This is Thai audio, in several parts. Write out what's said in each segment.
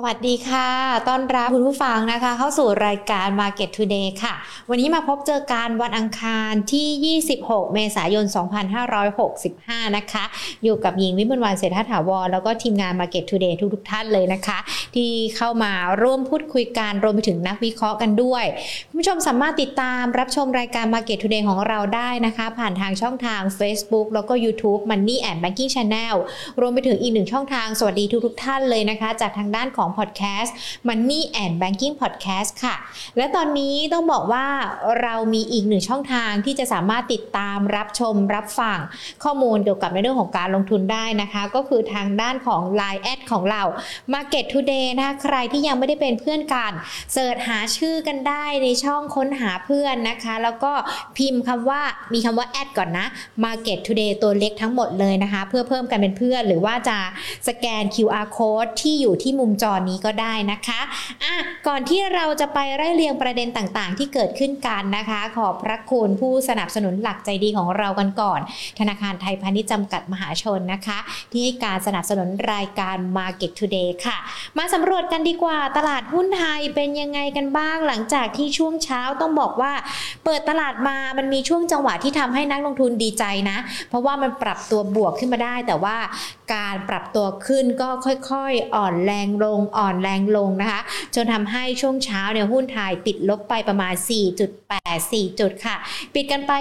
สวัสดีค่ะต้อนรับคุณผู้ฟังนะคะเข้าสู่รายการ Market Today ค่ะวันนี้มาพบเจอกันวันอังคารที่26เมษายน2565นะคะอยู่กับหญิงวิมลวรรณเศรษฐถาวรแล้วก็ทีมงาน Market Today ทุกท่านเลยนะคะที่เข้ามาร่วมพูดคุยกันรวมไปถึงนักวิเคราะห์กันด้วยคุณผู้ชมสามารถติดตามรับชมรายการ Market Today ของเราได้นะคะผ่านทางช่องทาง Facebook แล้วก็ YouTube Money and Banking Channel รวมไปถึงอีกหนึ่งช่องทางสวัสดีทุกท่านเลยนะคะจากทางด้านของพอดแคสต์ Money and Banking Podcast ค่ะและตอนนี้ต้องบอกว่าเรามีอีกหนึ่งช่องทางที่จะสามารถติดตามรับชมรับฟังข้อมูลเกี่ยวกับในเรื่องของการลงทุนได้นะคะก็คือทางด้านของ Line แอดของเรา Market Today นะคะใครที่ยังไม่ได้เป็นเพื่อนกันเสิร์ชหาชื่อกันได้ในช่องค้นหาเพื่อนนะคะแล้วก็พิมพ์คำว่ามีคำว่าแอดก่อนนะ Market Today ตัวเล็กทั้งหมดเลยนะคะเพื่อเพิ่มกันเป็นเพื่อนหรือว่าจะสแกน QR Code ที่อยู่ที่มุมจอนี้ก็ได้นะคะก่อนที่เราจะไปไล่เรียงประเด็นต่างๆที่เกิดขึ้นกันนะคะขอบพระคุณผู้สนับสนุนหลักใจดีของเรากันก่อนธนาคารไทยพาณิชย์จำกัดมหาชนนะคะที่ให้การสนับสนุนรายการ Market Today ค่ะมาสำรวจกันดีกว่าตลาดหุ้นไทยเป็นยังไงกันบ้างหลังจากที่ช่วงเช้าต้องบอกว่าเปิดตลาดมามันมีช่วงจังหวะที่ทำให้นักลงทุนดีใจนะเพราะว่ามันปรับตัวบวกขึ้นมาได้แต่ว่าการปรับตัวขึ้นก็ค่อยๆอ่อนแรงลงนะคะจนทำให้ช่วงเช้าเนี่ยหุ้นไทยติดลบไปประมาณ 4.84 จุดค่ะปิดกันไป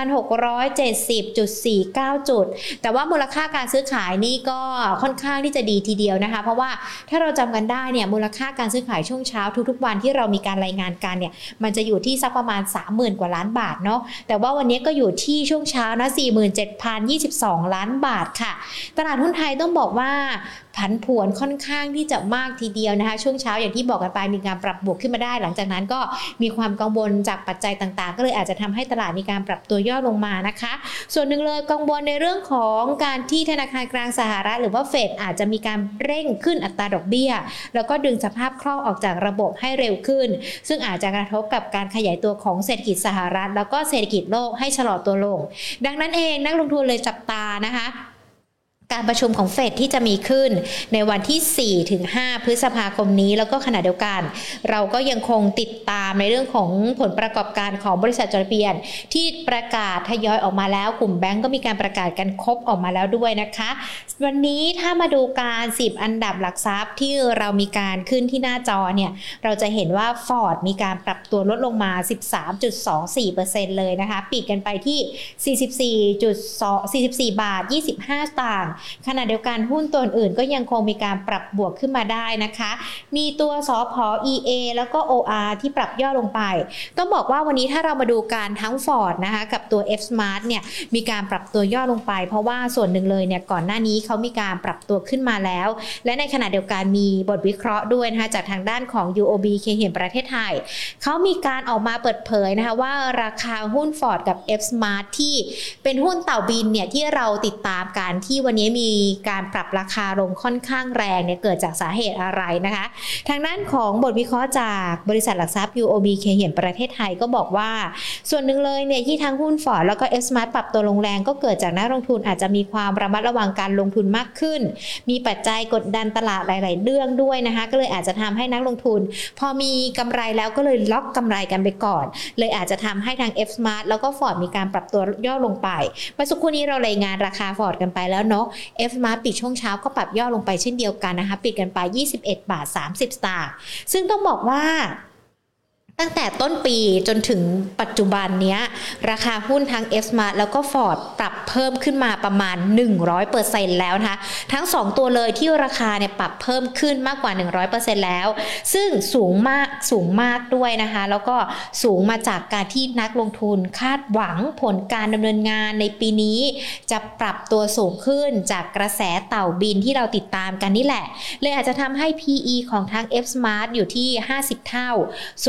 1,670.49 จุดแต่ว่ามูลค่าการซื้อขายนี่ก็ค่อนข้างที่จะดีทีเดียวนะคะเพราะว่าถ้าเราจำกันได้เนี่ยมูลค่าการซื้อขายช่วงเช้าทุกๆวันที่เรามีการรายงานกันเนี่ยมันจะอยู่ที่สักประมาณ 30,000 กว่าล้านบาทเนาะแต่ว่าวันนี้ก็อยู่ที่ช่วงเช้านะ 47,022 ล้านบาทค่ะตลาดหุ้นไทยต้องบอกว่าผันผวนค่อนข้างที่จะมากทีเดียวนะคะช่วงเช้าอย่างที่บอกกันไปมีการปรับบวกขึ้นมาได้หลังจากนั้นก็มีความกังวลจากปัจจัยต่างๆก็เลยอาจจะทำให้ตลาดมีการปรับตัวย่อลงมานะคะส่วนหนึ่งเลยกังวลในเรื่องของการที่ธนาคารกลางสหรัฐหรือว่าเฟดอาจจะมีการเร่งขึ้นอัตราดอกเบี้ยแล้วก็ดึงสภาพคล่องออกจากระบบให้เร็วขึ้นซึ่งอาจจะกระทบกับการขยายตัวของเศรษฐกิจสหรัฐแล้วก็เศรษฐกิจโลกให้ชะลอตัวลงดังนั้นเองนักลงทุนเลยจับตานะคะการประชุมของเฟดที่จะมีขึ้นในวันที่ 4-5 พฤษภาคมนี้แล้วก็ขณะเดียวกันเราก็ยังคงติดตามในเรื่องของผลประกอบการของบริษัทจดทะเบียนที่ประกาศทยอยออกมาแล้วกลุ่มแบงก์ก็มีการประกาศกันครบออกมาแล้วด้วยนะคะวันนี้ถ้ามาดูการ10อันดับหลักทรัพย์ที่เรามีการขึ้นที่หน้าจอเนี่ยเราจะเห็นว่า Ford มีการปรับตัวลดลงมา 13.24% เลยนะคะปิดกันไปที่44 บาท 25 สตางค์ขณะเดียวกันหุ้นตัวอื่นก็ยังคงมีการปรับบวกขึ้นมาได้นะคะมีตัวสผ EA แล้วก็ OR ที่ปรับย่อลงไปต้องบอกว่าวันนี้ถ้าเรามาดูการทั้ง Ford นะคะกับตัว F-Smart เนี่ยมีการปรับตัวย่อลงไปเพราะว่าส่วนหนึ่งเลยเนี่ยก่อนหน้านี้เขามีการปรับตัวขึ้นมาแล้วและในขณะเดียวกันมีบทวิเคราะห์ด้วยนะคะจากทางด้านของ UOB เคเห็นประเทศไทยเขามีการออกมาเปิดเผยนะคะว่าราคาหุ้น Ford กับ F-Smart ที่เป็นหุ้นเต่าบินเนี่ยที่เราติดตามกันที่วันนี้มีการปรับราคาลงค่อนข้างแรงเนี่ยเกิดจากสาเหตุอะไรนะคะทางด้านของบทวิเคราะห์จากบริษัทหลักทรัพย์ UOB เคเห็นประเทศไทยก็บอกว่าส่วนหนึ่งเลยเนี่ยที่ทั้งหุ้น Ford แล้วก็ F-Smart ปรับตัวลงแรงก็เกิดจากนักลงทุนอาจจะมีความระมัดระวังการลงทุนมากขึ้นมีปัจจัยกดดันตลาดหลายๆเรื่องด้วยนะคะก็เลยอาจจะทำให้นักลงทุนพอมีกำไรแล้วก็เลยล็อกกำไรกันไปก่อนเลยอาจจะทำให้ทาง F-Smart แล้วก็ Ford มีการปรับตัวย่อลงไปเมื่อสักครู่นี้เรารายงานราคา Ford กันไปแล้วเนาะ F-Smart ปิดช่วงเช้าก็ปรับย่อลงไปเช่นเดียวกันนะคะปิดกันไป 21.30 บาทซึ่งต้องบอกว่าตั้งแต่ต้นปีจนถึงปัจจุบันนี้ราคาหุ้นทั้ง F-Smart แล้วก็ Ford ปรับเพิ่มขึ้นมาประมาณ 100% แล้วนะคะทั้ง2ตัวเลยที่ราคาเนี่ยปรับเพิ่มขึ้นมากกว่า 100% แล้วซึ่งสูงมากด้วยนะคะแล้วก็สูงมาจากการที่นักลงทุนคาดหวังผลการดำเนินงานในปีนี้จะปรับตัวสูงขึ้นจากกระแสเต่าบินที่เราติดตามกันนี่แหละเลยอาจจะทำให้ PE ของทั้ง F-Smart อยู่ที่50 เท่าส่วน Ford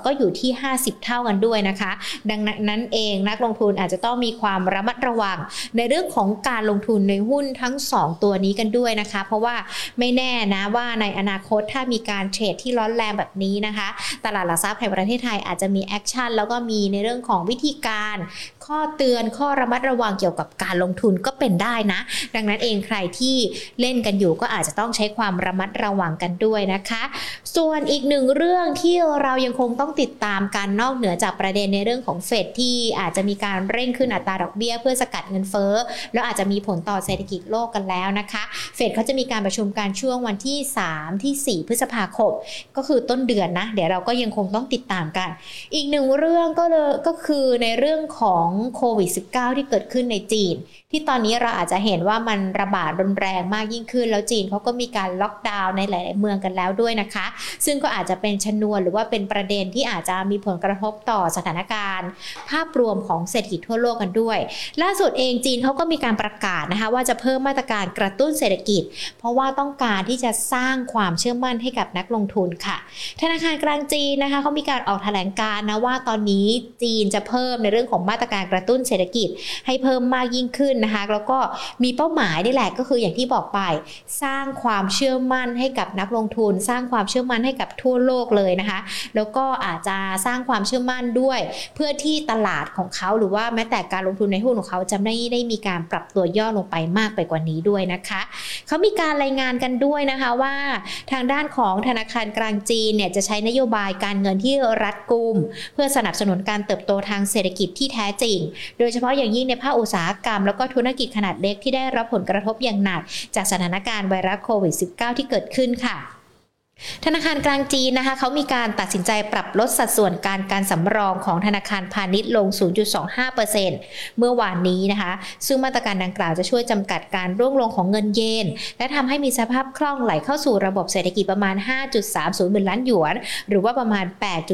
ก็อยู่ที่50เท่ากันด้วยนะคะดังนั้นเองนักลงทุนอาจจะต้องมีความระมัดระวังในเรื่องของการลงทุนในหุ้นทั้ง2ตัวนี้กันด้วยนะคะเพราะว่าไม่แน่นะว่าในอนาคตถ้ามีการเทรดที่ร้อนแรงแบบนี้นะคะตลาดหลักทรัพย์แห่งประเทศไทยอาจจะมีแอคชั่นแล้วก็มีในเรื่องของวิธีการข้อเตือนข้อระมัดระวังเกี่ยวกับการลงทุนก็เป็นได้นะดังนั้นเองใครที่เล่นกันอยู่ก็อาจจะต้องใช้ความระมัดระวังกันด้วยนะคะส่วนอีกหนึ่งเรื่องที่เรายังคงต้องติดตามกันนอกเหนือจากประเด็นในเรื่องของเฟดที่อาจจะมีการเร่งขึ้นอัตราดอกเบี้ยเพื่อสกัดเงินเฟ้อแล้วอาจจะมีผลต่อเศรษฐกิจโลกกันแล้วนะคะเฟดเขาจะมีการประชุมการช่วงวันที่3ที่4พฤษภาคมก็คือต้นเดือนนะเดี๋ยวเราก็ยังคงต้องติดตามกันอีกหนึ่งเรื่องก็คือในเรื่องของโควิด -19 ที่เกิดขึ้นในจีนที่ตอนนี้เราอาจจะเห็นว่ามันระบาดรุนแรงมากยิ่งขึ้นแล้วจีนเขาก็มีการล็อกดาวน์ในหลายๆเมืองกันแล้วด้วยนะคะซึ่งก็อาจจะเป็นชนวนหรือว่าเป็นประเด็นที่อาจจะมีผลกระทบต่อสถานการณ์ภาพรวมของเศรษฐกิจทั่วโลกกันด้วยล่าสุดเองจีนเขาก็มีการประกาศนะคะว่าจะเพิ่มมาตรการกระตุ้นเศรษฐกิจเพราะว่าต้องการที่จะสร้างความเชื่อมั่นให้กับนักลงทุนค่ะธนาคารกลางจีนนะคะเขามีการออกแถลงการณ์นะว่าตอนนี้จีนจะเพิ่มในเรื่องของมาตรการกระตุ้นเศรษฐกิจให้เพิ่มมากยิ่งขึ้นนะคะแล้วก็มีเป้าหมายนี่แหละก็คืออย่างที่บอกไปสร้างความเชื่อมั่นให้กับนักลงทุนสร้างความเชื่อมั่นให้กับทั่วโลกเลยนะคะแล้วก็อาจจะสร้างความเชื่อมั่นด้วยเพื่อที่ตลาดของเขาหรือว่าแม้แต่การลงทุนในหุ้นของเขาจะไม่ได้มีการปรับตัวย่อลงไปมากไปกว่านี้ด้วยนะคะเขามีการรายงานกันด้วยนะคะว่าทางด้านของธนาคารกลางจีนเนี่ยจะใช้นโยบายการเงินที่รัดกุมเพื่อสนับสนุนการเติบโตทางเศรษฐกิจที่แท้จริงโดยเฉพาะอย่างยิ่งในภาคอุตสาหกรรมแล้วก็ธุรกิจขนาดเล็กที่ได้รับผลกระทบอย่างหนักจากสถานการณ์ไวรัสโควิด -19 ที่เกิดขึ้นค่ะธนาคารกลางจีนนะคะเขามีการตัดสินใจปรับลดสัดส่วนการสำรองของธนาคารพาณิชย์ลง 0.25% เมื่อวานนี้นะคะซึ่งมาตรการดังกล่าวจะช่วยจำกัดการร่วงลงของเงินเยนและทำให้มีสภาพคล่องไหลเข้าสู่ระบบเศรษฐกิจประมาณ 5.30 หมื่นล้านหยวนหรือว่าประมาณ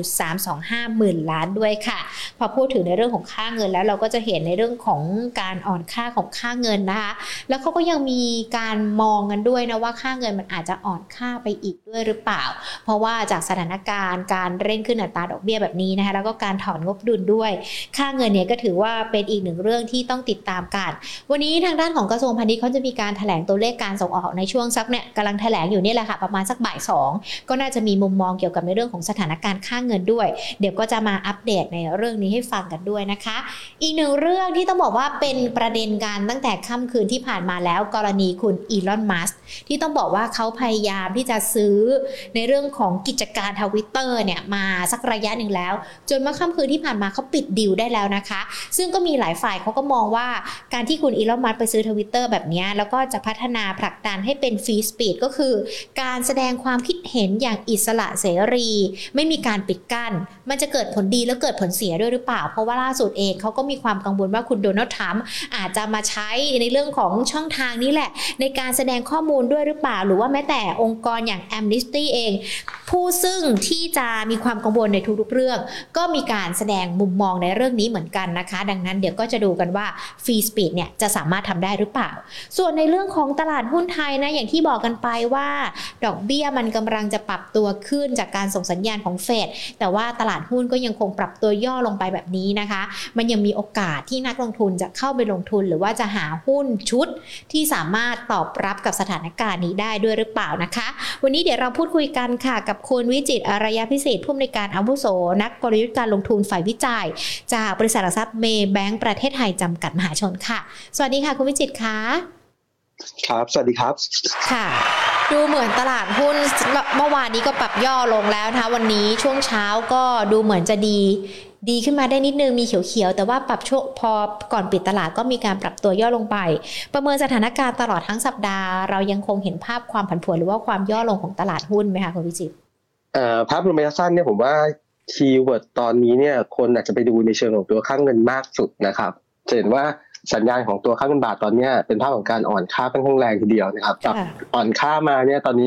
8.325 หมื่นล้านด้วยค่ะพอพูดถึงในเรื่องของค่าเงินแล้วเราก็จะเห็นในเรื่องของการอ่อนค่าของค่าเงินนะคะแล้วเขาก็ยังมีการมองกันด้วยนะว่าค่าเงินมันอาจจะอ่อนค่าไปอีกด้วยหรือเปล่าเพราะว่าจากสถานการณ์การเร่งขึ้นอัตราดอกเบี้ยแบบนี้นะคะแล้วก็การถอนงบดุลด้วยค่าเงินเนี่ยก็ถือว่าเป็นอีกหนึ่งเรื่องที่ต้องติดตามกันวันนี้ทางด้านของกระทรวงพาณิชย์เขาจะมีการแถลงตัวเลขการส่งออกในช่วงสักเนี่ยกำลังแถลงอยู่นี่แหละค่ะประมาณสักบ่าย2ก็น่าจะมีมุมมองเกี่ยวกับในเรื่องของสถานการณ์ค่าเงินด้วยเดี๋ยวก็จะมาอัปเดตในเรื่องนี้ให้ฟังกันด้วยนะคะอีกหนึ่งเรื่องที่ต้องบอกว่าเป็นประเด็นการตั้งแต่ค่ำคืนที่ผ่านมาแล้วกรณีคุณอีลอนมัสก์ที่ต้องบอกว่าเขาพยายามที่จะซื้อในเรื่องของกิจการ Twitter เนี่ยมาสักระยะหนึ่งแล้วจนเมื่อค่ำคืนที่ผ่านมาเขาปิดดีลได้แล้วนะคะซึ่งก็มีหลายฝ่ายเขาก็มองว่าการที่คุณอีลอนมัสก์ไปซื้อ Twitter แบบนี้แล้วก็จะพัฒนาผลักดันให้เป็นฟรีสปีดก็คือการแสดงความคิดเห็นอย่างอิสระเสรีไม่มีการปิดกั้นมันจะเกิดผลดีแล้วเกิดผลเสียด้วยหรือเปล่าเพราะว่าล่าสุดเองเขาก็มีความกังวลว่าคุณโดนัลด์ทรัมป์อาจจะมาใช้ในเรื่องของช่องทางนี้แหละในการแสดงข้อมูลด้วยหรือเปล่าหรือว่าแม้แต่องค์กรอย่าง Amnesty เองผู้ซึ่งที่จะมีความกังวลในทุกๆเรื่องก็มีการแสดงมุมมองในเรื่องนี้เหมือนกันนะคะดังนั้นเดี๋ยวก็จะดูกันว่าฟรีสปีดเนี่ยจะสามารถทำได้หรือเปล่าส่วนในเรื่องของตลาดหุ้นไทยนะอย่างที่บอกกันไปว่าดอกเบี้ยมันกำลังจะปรับตัวขึ้นจากการส่งสัญญาณของเฟดแต่ว่าตลาดหุ้นก็ยังคงปรับตัวย่อลงไปแบบนี้นะคะมันยังมีโอกาสที่นักลงทุนจะเข้าไปลงทุนหรือว่าจะหาหุ้นชุดที่สามารถตอบรับกับสถานการณ์นี้ได้ด้วยหรือเปล่านะคะวันนี้เดี๋ยวเราพูดคุยกันค่ะกับคุณวิจิตรอารยพิเศษผู้อำนวยการอาวุโสนักกลยุทธ์การลงทุนฝ่ายวิจัยจากบริษัทหลักทรัพย์เมย์แบงก์ประเทศไทยจำกัดมหาชนค่ะสวัสดีค่ะคุณวิจิตรค่ะครับสวัสดีครับค่ะดูเหมือนตลาดหุ้นเมื่อวานนี้ก็ปรับย่อลงแล้วนะคะวันนี้ช่วงเช้าก็ดูเหมือนจะดีขึ้นมาได้นิดนึงมีเขียวๆแต่ว่าปรับช่วงพอก่อนปิดตลาดก็มีการปรับตัวย่อลงไปประเมินสถานการณ์ตลอดทั้งสัปดาห์เรายังคงเห็นภาพความผันผวนหรือว่าความย่อลงของตลาดหุ้นไหมคะคุณวิจิตรภาพรวมระยะสั้นเนี่ยผมว่าคีย์เวิร์ดตอนนี้เนี่ยคนอาจจะไปดูในเชิงของตัวค่าเงินมากสุดนะครับจะเห็นว่าสัญญาณของตัวค่าเงินบาทตอนนี้เป็นภาพของการอ่อนค่าค่อนข้างแรงทีเดียวนะครับปรับอ่อนค่ามาเนี่ยตอนนี้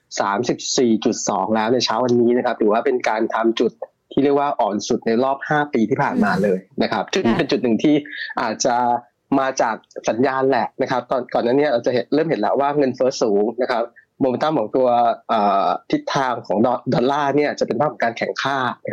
34.2 แล้วในเช้าวันนี้นะครับถือว่าเป็นการทำจุดที่เรียกว่าอ่อนสุดในรอบ5ปีที่ผ่านมาเลยนะครับจุดนี้เป็นจุดหนึ่งที่อาจจะมาจากสัญญาณแหละนะครับตอนก่อนนั้นเนี่ยเราจะเริ่มเห็นแล้วว่าเงินเฟ้อสูงนะครับโมเมนตัมของตัวทิศทางของดอลลาร์เนี่ยจะเป็นภาพของการแข่งค่านะครับ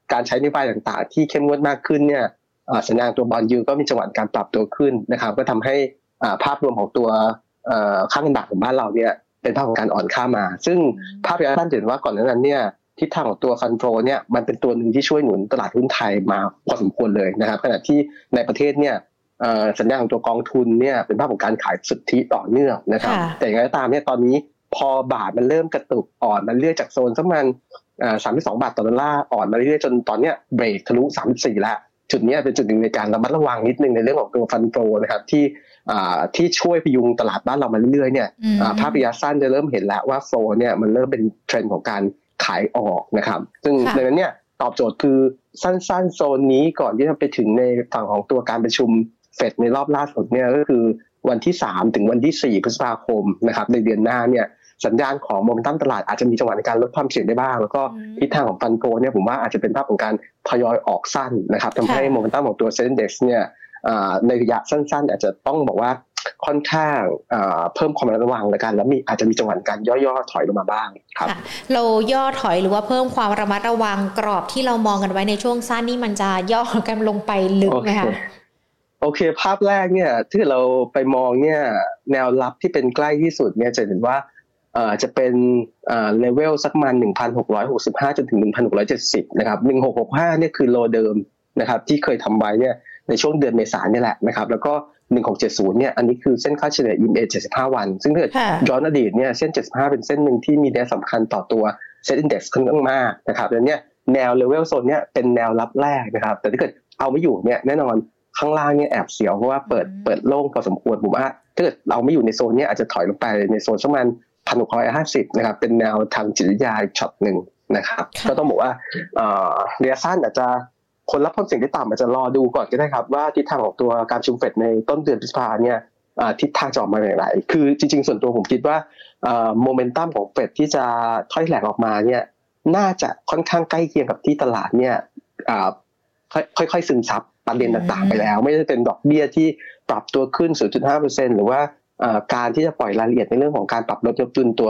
การใช้นโยบายต่างๆที่เข้มงวดมากขึ้นเนี่ยสัญญาณตัวบอนด์ยิลด์ก็มีจังหวะการปรับตัวขึ้นนะครับก็ทำให้ภาพรวมของตัวค่าเงินบาทของบ้านเราเนี่ยเป็นภาพของการอ่อนค่ามาซึ่งภาพระยะสั้นเห็นว่าก่อนหน้านั้นเนี่ยทิศทางของตัวฟันโฟเนี่ยมันเป็นตัวหนึ่งที่ช่วยหนุนตลาดหุ้นไทยมาพอสมควรเลยนะครับขณะที่ในประเทศเนี่ยสัญญาณของตัวกองทุนเนี่ยเป็นภาพของการขายสุทธิต่อเนื่องนะครับแต่อย่างไรก็ตามเนี่ยตอนนี้พอบาทมันเริ่มกระตุกอ่อนมันเรื่อยจากโซนสักประมาณ32 บาทต่อดอลลาร์อ่อนมาเรื่อยๆจนตอนเนี้ยเบรกทะลุ34แล้วจุดนี้เป็นจุดหนึ่งในการระมัดระวังนิดนึงในเรื่องของตัวฟันโฟนะครับที่ช่วยพยุงตลาดบ้านเรามาเรื่อยๆเนี่ยภาพระยะสั้นจะเริ่มเห็นแล้วว่าโฟเนี่ยมันเริ่มเป็นเทรนด์ของการขายออกนะครับซึ่งดังนั้นเนี่ยตอบโจทย์คือสั้นๆโซนนี้ก่อนที่จะไปถึงในฝั่งของตัวการประชุมเฟดในรอบล่าสุดเนี่ยก็คือวันที่3ถึงวันที่4พฤษภาคมนะครับในเดือนหน้าเนี่ยสัญญาณของโมเมนตัมตลาดอาจจะมีจังหวะในการลดความเสี่ยงได้บ้างแล้วก็ทิศทางของฟันโฟเนี่ยผมว่าอาจจะเป็นภาพของการทยอยออกสั้นนะครับทำให้โมเมนตัมของตัวเซ็นเด็กซ์เนี่ยในระยะสั้นๆอาจจะต้องบอกว่าค่อนข้างเพิ่มความระวังในการแล้วอาจจะมีจังหวะการย่อๆถอยลงมาบ้างครับเราย่อถอยหรือว่าเพิ่มความระมัดระวังกรอบที่เรามองกันไว้ในช่วงสั้นนี่มันจะย่อกันลงไปลึกไหมคะโอเคภาพแรกเนี่ยถ้าเราไปมองเนี่ยแนวรับที่เป็นใกล้ที่สุดเนี่ยจะเห็นว่าจะเป็นเลเวลสักประมาณ 1,665 จนถึง 1,670 นะครับ 1,665 เนี่ยคือโลเดิมนะครับที่เคยทำไว้เนี่ยในช่วงเดือนเมษายนนี่แหละนะครับแล้วก็1670เนี่ยอันนี้คือเส้นค่าเฉลี่ย EMA 75 วันซึ่งถ้าย้อนอดีตเนี่ยเส้น75เป็นเส้นหนึ่งที่มีนัยสำคัญต่อตัว Set Index ค่อนข้างมากนะครับแล้วเนี่ยแนวเลเวลโซนเนี่ยเป็นแนวรับแรกนะครับแต่ถ้าเกิดเอาไม่อยู่เนี่ยแน่นอนข้างล่างเนี่ยแอบเสียวเพราะว่าเปิดโล่งพอสมควรผมว่าถ้าเกิดเราไม่อยู่ในโซนนี้อาจจะถอยลงไปในโซนประมาณ 1,650 นะครับเป็นแนวทางจิตวิทยาช็อตหนึ่งนะครับก็ต้องบอกว่าระยะสั้นอาจจะคนรับความเสี่ยงที่ต่ำอาจจะรอดูก่อนก็ได้ครับว่าทิศทางของตัวการประชุมเฟดในต้นเดือนพฤษภาคมเนี่ยทิศทางจะออกมาอย่างไรคือจริงๆส่วนตัวผมคิดว่าโมเมนตัมของเฟดที่จะถอยแหลกออกมาเนี่ยน่าจะค่อนข้างใกล้เคียงกับที่ตลาดเนี่ยค่อยๆซึมซับประเด็นต่างๆไปแล้วไม่ได้เป็นดอกเบี้ยที่ปรับตัวขึ้น 0.5% หรือว่าการที่จะปล่อยรายละเอียดในเรื่องของการปรับลดยกดุลตัว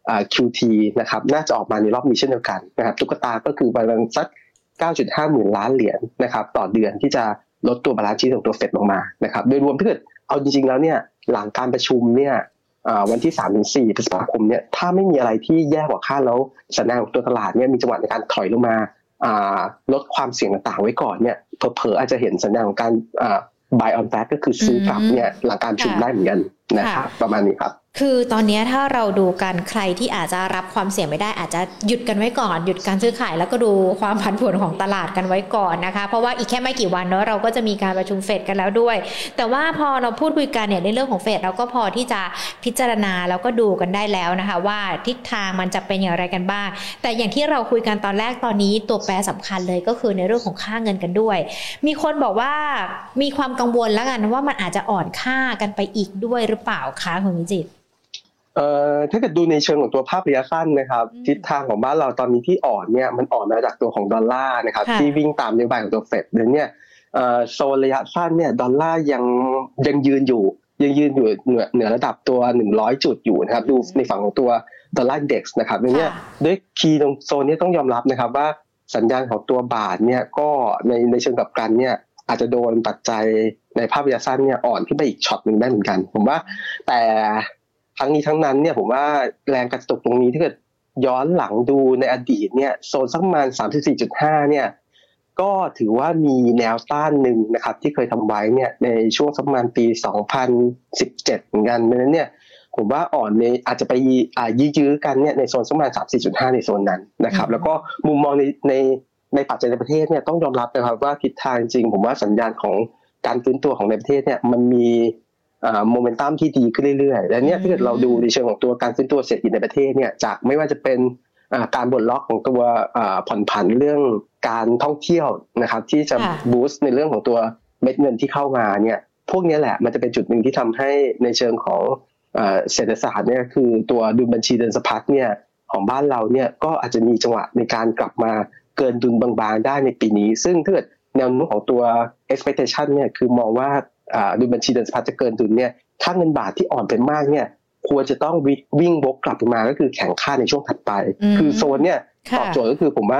QT นะครับน่าจะออกมาในรอบนี้เช่นเดียวกันนะครับตุ๊กตาก็คือประมาณสัก 9.5 หมื่นล้านเหรียญนะครับต่อเดือนที่จะลดตัวบาลานซ์ชีทของตัวเฟดลงมานะครับโดยรวมถ้าเกิดเอาจริงๆแล้วเนี่ยหลังการประชุมเนี่ยวันที่ 3-4 พฤษภาคมเนี่ยถ้าไม่มีอะไรที่แย่กว่าคาดแล้วสัญญาณของตัวตลาดเนี่ยมีจังหวะในการถอยลงมาลดความเสี่ยงต่างๆไว้ก่อนเนี่ยเผลอๆอาจจะเห็นสัญญาณของการbuy on flat ก็คือซื้อกลับเนี่ยหลังการประชุมได้เหมือนกันนะครับประมาณนี้ครับคือตอนนี้ถ้าเราดูกันใครที่อาจจะรับความเสี่ยงไม่ได้อาจจะหยุดกันไว้ก่อนหยุดการซื้อขายแล้วก็ดูความผันผวนของตลาดกันไว้ก่อนนะคะเพราะว่าอีกแค่ไม่กี่วันเนาะเราก็จะมีการประชุมเฟดกันแล้วด้วยแต่ว่าพอเราพูดคุยกันเนี่ยในเรื่องของเฟดเราก็พอที่จะพิจารณาแล้วก็ดูกันได้แล้วนะคะว่าทิศทางมันจะเป็นอย่างไรกันบ้างแต่อย่างที่เราคุยกันตอนแรกตอนนี้ตัวแปรสำคัญเลยก็คือในเรื่องของค่าเงินกันด้วยมีคนบอกว่ามีความกังวลแล้วกันว่ามันอาจจะอ่อนค่ากันไปอีกด้วยหรือเปล่าคะคุณวิจิตรถ้าเกิดดูในเชิงของตัวภาพระยะสั้นนะครับทิศทางของบ้านเราตอนนี้ที่อ่อนเนี่ยมันอ่อนมาจากตัวของดอลลาร์นะครับที่วิ่งตามนโยบายของตัวเฟดเดือนเนี่ยโซนระยะสั้นเนี่ยดอลลาร์ยังยืนอยู่เหนือระดับตัว100จุดอยู่นะครับดูในฝั่งของตัวดอลลาร์อินเด็กซ์นะครับเนี่ยด้วยคีย์ตรงโซนนี้ต้องยอมรับนะครับว่าสัญญาณของตัวบาทเนี่ยก็ในเชิงกลับกันเนี่ยอาจจะโดนปัจจัยในภาพระยะสั้นเนี่ยอ่อนขึ้นไปอีกช็อตนึงได้เหมือนกันผมว่าแต่ทั้งนี้ทั้งนั้นเนี่ยผมว่าแรงกระตุกตรงนี้ถ้าเกิดย้อนหลังดูในอดีตเนี่ยโซนสักประมาณ 34.5 เนี่ยก็ถือว่ามีแนวต้านหนึ่งนะครับที่เคยทำไว้เนี่ยในช่วงสักประมาณปี 2017 เหมือนกันดังนั้นเนี่ยผมว่าอ่อนในอาจจะไปยื้อกันเนี่ยในโซนสักประมาณ 34.5 ในโซนนั้นนะครับแล้วก็มุมมองในปัจจัยในประเทศเนี่ยต้องยอมรับนะครับว่าทิศทางจริงผมว่าสัญญาณของการฟื้นตัวของในประเทศเนี่ยมันมีโมเมนตัมที่ดีขึ้นเรื่อยๆและเนี่ยถ้าเกิดเราดูในเชิงของตัวการฟื้นตัวเศรษฐกิจในประเทศเนี่ยจากไม่ว่าจะเป็นการปลดล็อกของตัวผ่อนผันเรื่องการท่องเที่ยวนะครับที่จะบูสต์ในเรื่องของตัวเม็ดเงินที่เข้ามาเนี่ยพวกนี้แหละมันจะเป็นจุดหนึ่งที่ทำให้ในเชิงของเศรษฐศาสตร์เนี่ยคือตัวดุลบัญชีเดินสะพัดเนี่ยของบ้านเราเนี่ยก็อาจจะมีจังหวะในการกลับมาเกินดุลบางๆได้ในปีนี้ซึ่งถ้าเกิดแนวโน้มของตัว expectation เนี่ยคือมองว่าดุลบัญชีเดินสะพัดจะเกินดุลเนี่ยค่าเงินบาทที่อ่อนไปมากเนี่ยควรจะต้องวิ่งวกกลับมาก็คือแข็งค่าในช่วงถัดไปคือโซนเนี่ยตอบโจทย์ก็คือผมว่า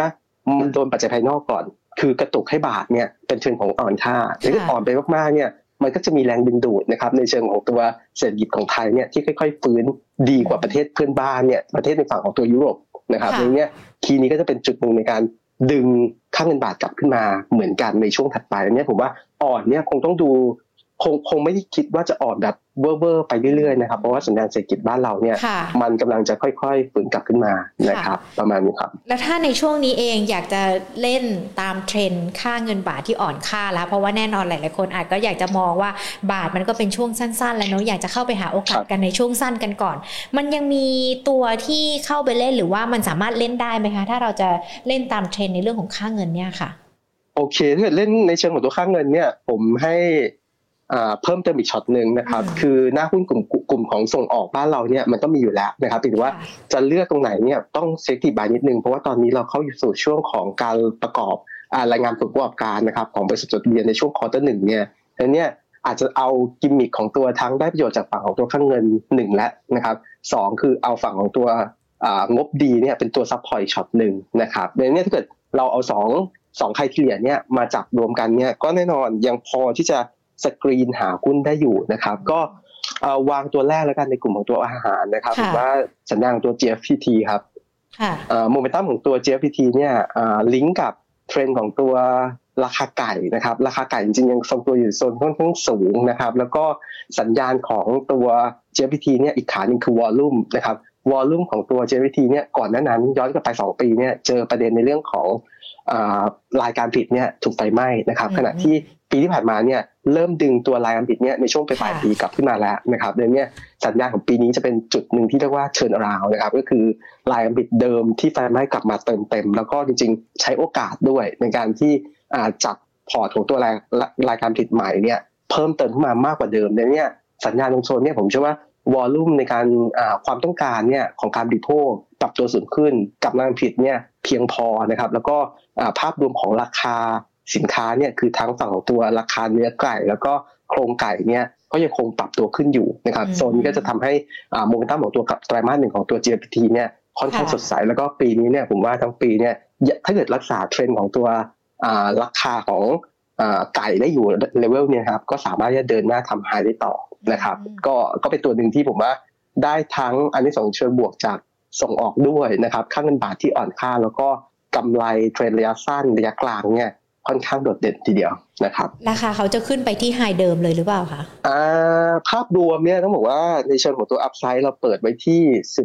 มันโดนปัจจัยภายนอกก่อนคือกระตุกให้บาทเนี่ยเป็นเทรนด์ของอ่อนค่าแต่ถ้าอ่อนไปมากๆเนี่ยมันก็จะมีแรงดึงดูดนะครับในเชิงของตัวเศรษฐกิจของไทยเนี่ยที่ค่อยๆฟื้นดีกว่าประเทศเพื่อนบ้านเนี่ยประเทศในฝั่งของตัวยุโรปนะครับในนี้คีย์นี้ก็จะเป็นจุดหนึ่งในการดึงค่าเงินบาทกลับขึ้นมาเหมือนกันในช่วงถัดไปอันนี้ผมว่าอ่อนเนี่ยคงต้องดูคงไม่ได้คิดว่าจะอ่อนแบบเวอร์ไปเรื่อยๆนะครับเพราะว่าสัญญาณเศรษฐกิจบ้านเราเนี่ยมันกำลังจะค่อยๆฟื้นกลับขึ้นมานะครับประมาณนี้ครับแล้วถ้าในช่วงนี้เองอยากจะเล่นตามเทรนด์ค่าเงินบาทที่อ่อนค่าแล้วเพราะว่าแน่นอนหลายๆคนอาจก็อยากจะมองว่าบาทมันก็เป็นช่วงสั้นๆแล้วเนาะอยากจะเข้าไปหาโอกาสกันในช่วงสั้นกันก่อนมันยังมีตัวที่เข้าไปเล่นหรือว่ามันสามารถเล่นได้ไหมคะถ้าเราจะเล่นตามเทรนด์ในเรื่องของค่าเงินเนี่ยค่ะโอเคถ้าเกิดเล่นในเชิงของตัวค่าเงินเนี่ยผมให้เพิ่มเติมอีกช็อตนึงนะครับคือหน้าหุ้นกลุ่มของส่งออกบ้านเราเนี่ยมันก็มีอยู่แล้วนะครับถือว่าจะเลือกตรงไหนเนี่ยต้องเซฟตี้บายนิดนึงเพราะว่าตอนนี้เราเข้าสู่ช่วงของการประกอบรายงานผลประกอบการนะครับของบริษัทจดทะเบียนในช่วงควอเตอร์1เนี่ยอันนี้อาจจะเอากิมมิคของตัวทั้งได้ประโยชน์จากฝั่งของตัวค่าเงิน1และนะครับ2คือเอาฝั่งของตัวงบดีเนี่ยเป็นตัวซัพพอร์ตช็อตนึงนะครับในนี้ถ้าเกิดเราเอา2ไครทีเรียเนี่ยมาจับรวมกันเนี่ยก็แน่นอนยังพอที่จะสกรีนหาหุ้นได้อยู่นะครับก็วางตัวแรกแล้วกันในกลุ่มของตัวอาหารนะครับว่าสัญญาณของตัว GFPT ครับโมเมนตัมของตัว GFPT เนี่ยลิงก์กับเทรนด์ของตัวราคาไก่นะครับราคาไก่จริงๆยังทรงตัวอยู่โซนค่อนข้างสูงนะครับแล้วก็สัญญาณของตัว GFPT เนี่ยอีกขานึงคือวอลลุ่มนะครับวอลลุ่มของตัว GFPT เนี่ยก่อนหน้านั้นย้อนกลับไป2ปีเนี่ยเจอประเด็นในเรื่องของรายการผิดเนี่ยถูกไฟไหม้นะครับขณะที่ปีที่ผ่านมาเนี่ยเริ่มดึงตัวรายการผิดเนี่ยในช่วงปลายปีกลับขึ้นมาแล้วนะครับดังนั้นสัญญาณของปีนี้จะเป็นจุดหนึ่งที่เรียกว่าเทิร์นอราวด์นะครับก็คือรายการผิดเดิมที่ไฟไหม้กลับมาเติมเต็มแล้วก็จริงๆใช้โอกาสด้วยในการที่จัดพอร์ตของตัวรายการผิดใหม่เนี่ยเพิ่มเติมขึ้นมามากกว่าเดิมดังนั้นสัญญาณตรงโซนเนี่ยผมเชื่อว่าวอลลุ่มในการความต้องการเนี่ยของการบริโภคปรับตัวสูงขึ้นกับรายการผิดเนี่ยเพียงพอนะครับแล้วก็ภาพรวมของราคาสินค้าเนี่ยคือทั้งฝั่งของตัวราคาเนื้อไก่แล้วก็โครงไก่เนี่ยก็ยังคงปรับตัวขึ้นอยู่นะครับโซนนี้ก็จะทำให้โมเมนตัมของตัวไตรมาส1ของตัว GFPT เนี่ยค่อนข้างสดใสแล้วก็ปีนี้เนี่ยผมว่าทั้งปีเนี่ยถ้าเกิดรักษาเทรนด์ของตัวราคาของไก่ได้อยู่เลเวลเนี่ยครับก็สามารถจะเดินหน้าทำไฮได้ต่อนะครับก็เป็นตัวหนึ่งที่ผมว่าได้ทั้งอันนี้ส่งเชิงบวกจากส่งออกด้วยนะครับค่าเงินบาทที่อ่อนค่าแล้วก็กำไรเทรนระยะสั้นระยะกลางเนี่ยค่อนข้างโดดเด่นทีเดียวนะครับราคาเขาจะขึ้นไปที่ไฮเดิมเลยหรือเปล่าคะภาพรวมเนี่ยต้องบอกว่าในเชิงของตัวอัพไซด์เราเปิดไว้ที่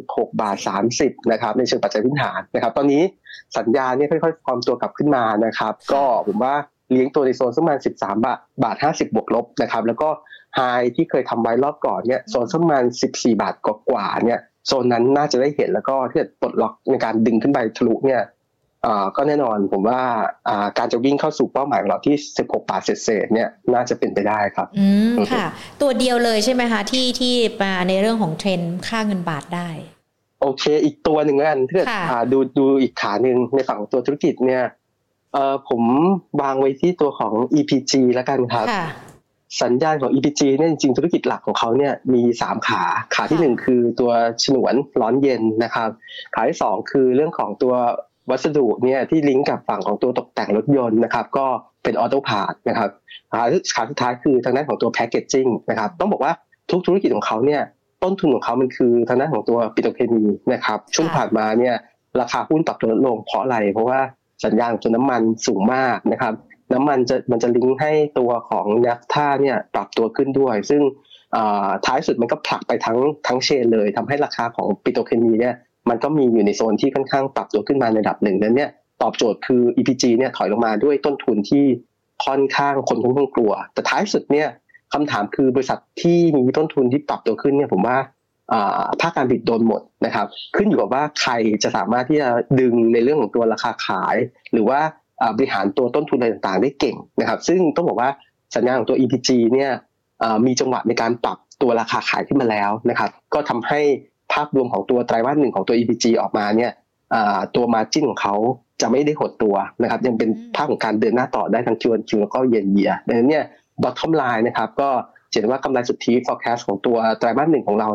16.30 นะครับในเชิงปัจจัยพื้นฐานนะครับตอนนี้สัญญาณเนี่ยค่อยๆฟอร์มตัวกลับขึ้นมานะครับก็ผมว่าเลี้ยงตัวในโซนประมาณ13.50 บวกลบนะครับแล้วก็ไฮที่เคยทำไว้รอบก่อนเนี่ยโซนประมาณ14 บาทกว่าเนี่ยโซนนั้นน่าจะได้เห็นแล้วก็ที่จะปลดล็อกในการดึงขึ้นไปทะลุเนี่ยก็แน่นอนผมว่าการจะวิ่งเข้าสู่เป้าหมายของเราที่16 บาทเศษเนี่ยน่าจะเป็นไปได้ครับค่ะตัวเดียวเลยใช่ไหมคะที่มาในเรื่องของเทรนด์ค่าเงินบาทได้โอเคอีกตัวหนึ่งกันถ้าเกิดดูอีกขาหนึ่งในฝั่งของตัวธุรกิจเนี่ยผมวางไว้ที่ตัวของ EPG แล้วกันครับสัญญาณของ EPG เนี่ยจริงๆธุรกิจหลักของเขาเนี่ยมี3ขาที่1คือตัวฉนวนร้อนเย็นนะครับขาที่2คือเรื่องของตัววัสดุเนี่ยที่ลิงก์กับฝั่งของตัวตกแต่งรถยนต์นะครับก็เป็นออโต้พาร์ทนะครับขาสุดท้ายคือทางด้านของตัวแพคเกจจิ้งนะครับต้องบอกว่าทุกธุรกิจของเขาเนี่ยต้นทุนของเขามันคือทางด้านของตัวปิโตรเคมีนะครับช่วงผ่านมาเนี่ยราคาหุ้นปรับตัวลดลงเพราะอะไรเพราะว่าสัญญาณของตัวน้ำมันสูงมากนะครับน้ำมันมันจะลิงก์ให้ตัวของนัฟท่าเนี่ยปรับตัวขึ้นด้วยซึ่งท้ายสุดมันก็ผลักไปทั้งเชนเลยทำให้ราคาของปิโตรเคมีเนี่ยมันก็มีอยู่ในโซนที่ค่อนข้างปรับตัวขึ้นมาในระดับหนึ่งนั้นเนี่ยตอบโจทย์คือ EPG เนี่ยถอยลงมาด้วยต้นทุนที่ค่อนข้างคนค่อนข้างกลัวแต่ท้ายสุดเนี่ยคำถามคือบริษัทที่มีต้นทุนที่ปรับตัวขึ้นเนี่ยผมว่าภาคการผลิตโดนหมดนะครับขึ้นอยู่กับว่าใครจะสามารถที่จะดึงในเรื่องของตัวราคาขายหรือว่าบริหารตัวต้นทุนอะไรต่างๆได้เก่งนะครับซึ่งต้องบอกว่าสัญญาณของตัว EPG เนี่ยมีจังหวะในการปรับตัวราคาขายขึ้นมาแล้วนะครับก็ทำให้ภาพรวมของตัวไตรมาส1ของตัว EPG ออกมาเนี่ยตัว margin ของเขาจะไม่ได้หดตัวนะครับยังเป็นภาพของการเดินหน้าต่อได้ทั้ง Q1Q แล้วก็ year ดังนั้นเนี่ย bottom line นะครับก็เห็นว่ากำไรสุทธิ forecast ของตัวไตรมาส1ของเราเนี่ย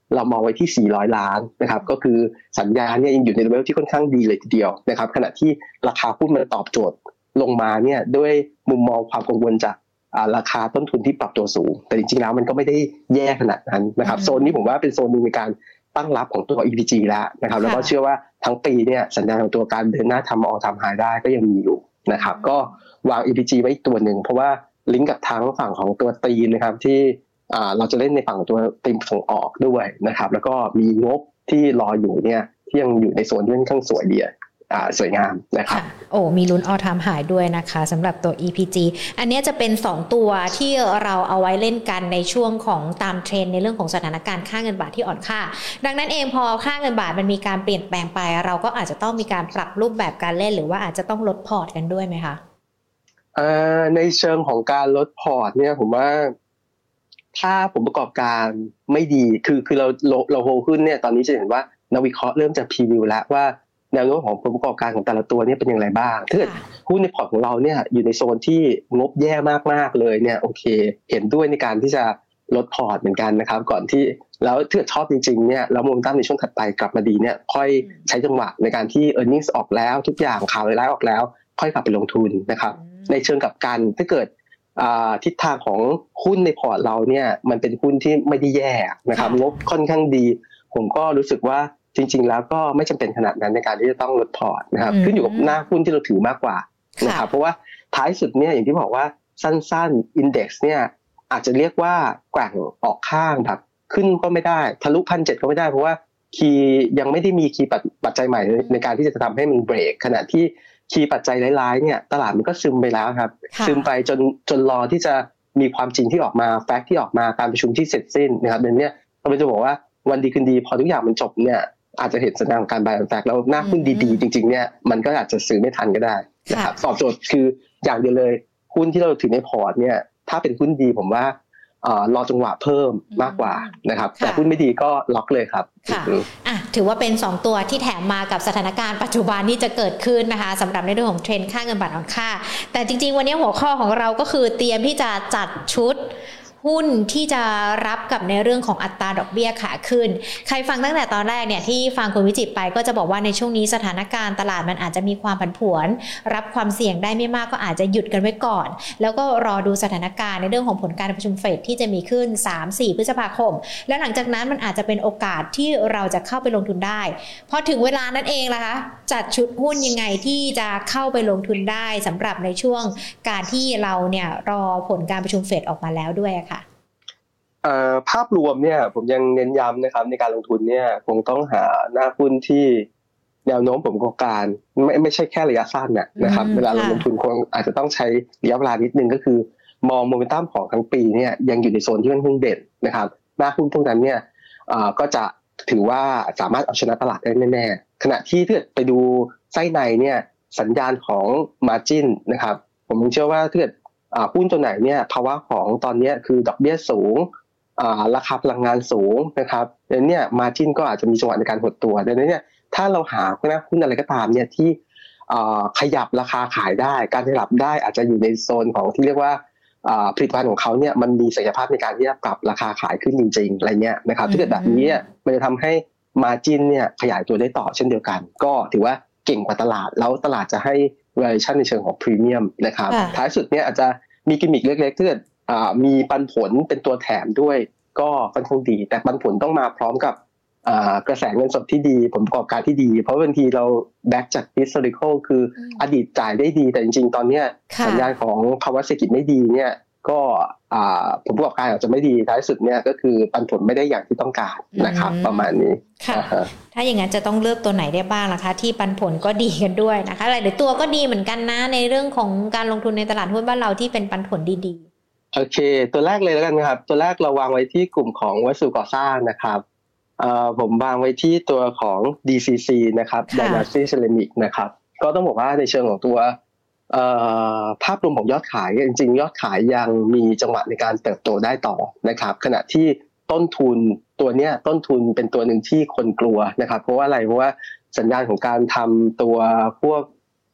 เรามองไว้ที่400ล้านนะครับก็คือสัญญาณเนี่ยยังอยู่ในเลเวลที่ค่อนข้างดีเลยทีเดียวนะครับขณะที่ราคาหุ้นมันตอบโจทย์ลงมาเนี่ยด้วยมุมมองความกังวลจากราคาต้นทุนที่ปรับตัวสูงแต่จริงๆแล้วมันก็ไม่ได้แย่ขนาดนั้นนะครับโซนนี้ผมว่าเป็นโซนนึงในการตั้งรับของตัว EPG แล้วนะครับแล้วก็เชื่อว่าทั้งปีเนี่ยสัญญาณของตัวการเดินหน้าทำall time highได้ก็ยังมีอยู่นะครับก็วาง EPG ไว้อีกตัวหนึ่งเพราะว่าลิงก์กับทางฝั่งของตัวตีนนะครับที่เราจะเล่นในฝั่งตัวตีมส่งออกด้วยนะครับแล้วก็มีงบที่รออยู่เนี่ยที่ยังอยู่ในโซนที่ค่อนข้างสวยดีสวยงามนะครับโอ้มีลุ้นall time highด้วยนะคะสำหรับตัว EPG อันนี้จะเป็น2ตัวที่เราเอาไว้เล่นกันในช่วงของตามเทรนในเรื่องของสถานการณ์ค่าเงินบาทที่อ่อนค่าดังนั้นเองพอค่าเงินบาทมันมีการเปลี่ยนแปลงไปเราก็อาจจะต้องมีการปรับรูปแบบการเล่นหรือว่าอาจจะต้องลดพอร์ตกันด้วยไหมคะในเชิงของการลดพอร์ตเนี่ยผมว่าถ้าผลประกอบการไม่ดีคือเราโฮขึ้นเนี่ยตอนนี้จะเห็นว่านักวิเคราะห์เริ่มจะพรีวิวแล้วว่าแนวโน้มของผลประกอบการของแต่ละตัวเนี่ยเป็นอย่างไรบ้างถ้าเกิดหุ้นในพอร์ตของเราเนี่ยอยู่ในโซนที่งบแย่มากๆเลยเนี่ยโอเคเห็นด้วยในการที่จะลดพอร์ตเหมือนกันนะครับก่อนที่แล้วถ้าเกิดชอบจริงๆเนี่ยแล้วโมเมนตัมในช่วงถัดไปกลับมาดีเนี่ยค่อยใช้จังหวะในการที่ earnings ออกแล้วทุกอย่างข่าวร้ายออกแล้วค่อยกลับไปลงทุนนะครับในเชิงกลับกันถ้าเกิดทิศทางของหุ้นในพอร์ตเราเนี่ยมันเป็นหุ้นที่ไม่ได้แย่นะครับงบค่อนข้างดีผมก็รู้สึกว่าจริงๆแล้วก็ไม่จำเป็นขนาดนั้นในการที่จะต้องลดพอร์ตนะครับขึ้นอยู่กับหน้าหุ้นที่เราถือมากกว่านะครับเพราะว่าท้ายสุดเนี่ยอย่างที่บอกว่าสั้นๆ index เนี่ยอาจจะเรียกว่าแกว่งออกข้างแบบขึ้นก็ไม่ได้ทะลุ 1,700 ก็ไม่ได้เพราะว่าคีย์ยังไม่ได้มีคีย์ปัจจัยใหม่ในการที่จะทำให้มันเบรกขณะที่คีย์ปัจจัยร้ายๆเนี่ยตลาดมันก็ซึมไปแล้วครับซึมไปจนรอที่จะมีความจริงที่ออกมาแฟกต์ที่ออกมาการประชุมที่เสร็จสิ้นนะครับเดี๋ยวนี้เราจะบอกว่าวันดีคืนดีพอทุกอย่างมันจบเนี่ยอาจจะเห็นสัญญาณของการบายแฟกต์แล้วหน้าหุ้นดีๆจริงๆเนี่ยมันก็อาจจะซื้อไม่ทันก็ได้นะครับตอบโจทย์คืออย่างเดียวเลยหุ้นที่เราถือในพอร์ตเนี่ยถ้าเป็นหุ้นดีผมว่ารอจังหวะเพิ่มมากกว่านะครับแต่หุ้นไม่ดีก็ล็อกเลยครับถือว่าเป็น2ตัวที่แถมมากับสถานการณ์ปัจจุบันที่จะเกิดขึ้นนะคะสำหรับในเรื่องของเทรนด์ค่าเงินบาทอ่อนค่าแต่จริงๆวันนี้หัวข้อของเราก็คือเตรียมที่จะจัดชุดหุ้นที่จะรับกับในเรื่องของอัตราดอกเบี้ยขาขึ้นใครฟังตั้งแต่ตอนแรกเนี่ยที่ฟังคุณวิจิตรไปก็จะบอกว่าในช่วงนี้สถานการณ์ตลาดมันอาจจะมีความผันผวนรับความเสี่ยงได้ไม่มากก็อาจจะหยุดกันไว้ก่อนแล้วก็รอดูสถานการณ์ในเรื่องของผลการประชุมเฟดที่จะมีขึ้น 3-4 พฤษภาคมและหลังจากนั้นมันอาจจะเป็นโอกาสที่เราจะเข้าไปลงทุนได้พอถึงเวลานั้นเองล่ะคะจัดชุดหุ้นยังไงที่จะเข้าไปลงทุนได้สำหรับในช่วงการที่เราเนี่ยรอผลการประชุมเฟดออกมาแล้วด้วยค่ะภาพรวมเนี่ยผมยังเน้นย้ำนะครับในการลงทุนเนี่ยคงต้องหาหน้าหุ้นที่แนวโน้มผลประกอบการไม่ใช่แค่ระยะสั้นนะครับเวลาเราลงทุนคงอาจจะต้องใช้ระยะเวลานิดนึงก็คือมองโมเมนตัมของทั้งปีเนี่ยยังอยู่ในโซนที่ค่อนข้างเด่นนะครับหน้าหุ้นพวกนั้นเนี่ยก็จะถือว่าสามารถเอาชนะตลาดได้แน่ๆขณะที่ถ้าไปดูไส้ในเนี่ยสัญญาณของ margin นะครับผมเชื่อว่าถ้าเกิดหุ้นตัวไหนเนี่ยภาวะของตอนนี้คือดอกเบี้ยสูงราคาพลังงานสูงนะครับดังนั้นเนี่ย margin ก็อาจจะมีจังหวะในการหดตัวดังนั้นเนี่ยถ้าเราหาหุ้นอะไรก็ตามเนี่ยที่ขยับราคาขายได้การขยับได้อาจจะอยู่ในโซนของที่เรียกว่าผลิตภัณฑ์ของเขาเนี่ยมันมีศักยภาพในการที่จะปรับราคาขายขึ้นจริงๆอะไรเงี้ยนะครับถ้าเกิดแบบนี้มันจะทำให้ margin เนี่ยขยายตัวได้ต่อเช่นเดียวกันก็ถือว่าเก่งกว่าตลาดแล้วตลาดจะให้ valuation ในเชิงของ premium นะครับท้ายสุดเนี่ยอาจจะมีกิมมิคเล็กๆถ้าเกิดมีปันผลเป็นตัวแถมด้วยก็ค่อนข้างดีแต่ปันผลต้องมาพร้อมกับกระแสเงินสดที่ดีผลประกอบการที่ดีเพราะบางทีเราแบ็กจาก historical คืออดีตจ่ายได้ดีแต่จริงๆตอนนี้สัญญาณของภาวะเศรษฐกิจไม่ดีเนี่ยก็ผลประกอบการอาจจะไม่ดีท้ายสุดเนี่ยก็คือปันผลไม่ได้อย่างที่ต้องการนะครับประมาณนี้ถ้าอย่างนั้นจะต้องเลือกตัวไหนได้บ้างล่ะคะที่ปันผลก็ดีกันด้วยนะคะหลายๆตัวก็ดีเหมือนกันนะในเรื่องของการลงทุนในตลาดหุ้นบ้านเราที่เป็นปันผลดีๆโอเคตัวแรกเลยแล้วกันครับตัวแรกเราวางไว้ที่กลุ่มของวัสดุก่อสร้างนะครับผมวางไว้ที่ตัวของ DCC นะครับ Dynasty Ceramic นะครับก็ต้องบอกว่าในเชิงของตัวภาพรวมของยอดขายจริงๆยอดขายยังมีจังหวะในการเติบโตได้ต่อนะครับขณะที่ต้นทุนตัวเนี้ยต้นทุนเป็นตัวหนึ่งที่คนกลัวนะครับเพราะว่าอะไรเพราะว่าสัญญาณของการทำตัวพวก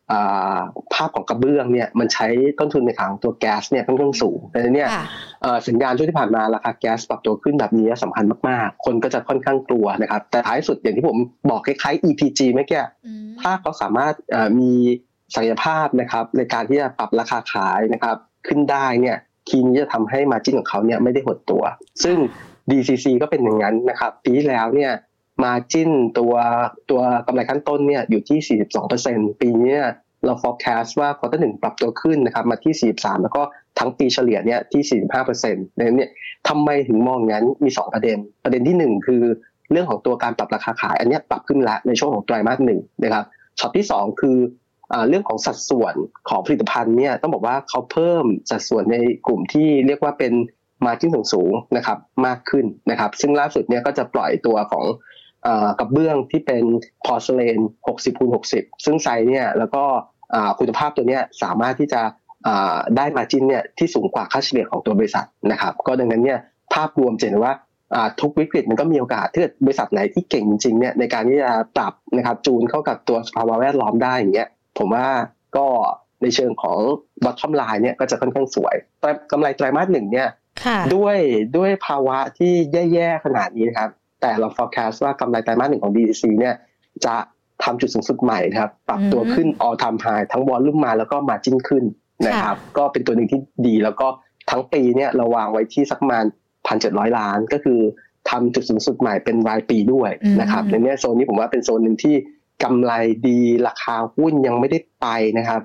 ภาพของกระเบื้องเนี่ยมันใช้ต้นทุนในทางตัวแก๊สเนี่ยค่อนข้างสูงดังนั้นเนี่ยสัญญาณช่วงที่ผ่านมาราคาแก๊สปรับตัวขึ้นแบบนี้สำคัญมากๆคนก็จะค่อนข้างกลัวนะครับแต่ท้ายสุดอย่างที่ผมบอกคล้ายๆ EPG เมื่อกี้ถ้าเขาสามารถมีศักยภาพนะครับในการที่จะปรับราคาขายนะครับขึ้นได้เนี่ยทีนี้จะทำให้ margin ของเขาเนี่ยไม่ได้หดตัวซึ่ง DCC ก็เป็นอย่างนั้นนะครับปีที่แล้วเนี่ยmargin ตัวกำไรขั้นต้นเนี่ยอยู่ที่ 42% ปีนี้เรา forecast ว่า quarter 1 ปรับตัวขึ้นนะครับมาที่ 43% แล้วก็ทั้งปีเฉลี่ยเนี่ยที่ 45% ดังนั้นเนี่ยทำไมถึงมองงั้นมี2ประเด็นที่1คือเรื่องของตัวการปรับราคาขายอันนี้ปรับขึ้นแล้วในช่วงของไตรมาส1นะครับช็อตที่2คือเรื่องของสัดส่วนของผลิตภัณฑ์เนี่ยต้องบอกว่าเขาเพิ่มสัดส่วนในกลุ่มที่เรียกว่าเป็น margin สูงนะครับมากขึ้นนะครับซึ่งล่าสุดเนี่ยก็จะปล่อยตัวของกระเบื้องที่เป็นพอร์ซเลน 60x60 ซึ่งไซส์เนี่ยแล้วก็คุณภาพตัวเนี้ยสามารถที่จะได้ margin เนี่ยที่สูงกว่าค่าเฉลี่ยของตัวบริษัทนะครับก็ดังนั้นเนี่ยภาพรวมเห็นว่าทุกวิกฤตมันก็มีโอกาสถ้าบริษัทไหนที่เก่งจริงๆเนี่ยในการที่จะปรับนะครับจูนเข้ากับตัวสภาวะแวดล้อมได้อย่างเงี้ยผมว่าก็ในเชิงของ bottom line เนี่ยก็จะค่อนข้างสวยแต่กำไรไตรมาส1เนี่ยด้วยภาวะที่แย่ๆขนาดนี้นะครับแต่เรา forecast ว่ากำไรไตรมาส1ของ DCC เนี่ยจะทำจุดสูงสุดใหม่ครับปรับตัวขึ้น all time high ทั้ง volume มาแล้วก็ margin ขึ้นนะครับก็เป็นตัวหนึ่งที่ดีแล้วก็ทั้งปีเนี่ยเราวางไว้ที่สักประมาณ 1,700 ล้านก็คือทำจุดสูงสุดใหม่เป็นรายปีด้วยนะครับในนี้โซนนี้ผมว่าเป็นโซนหนึ่งที่กำไรดีราคาหุ้นยังไม่ได้ไปนะครับ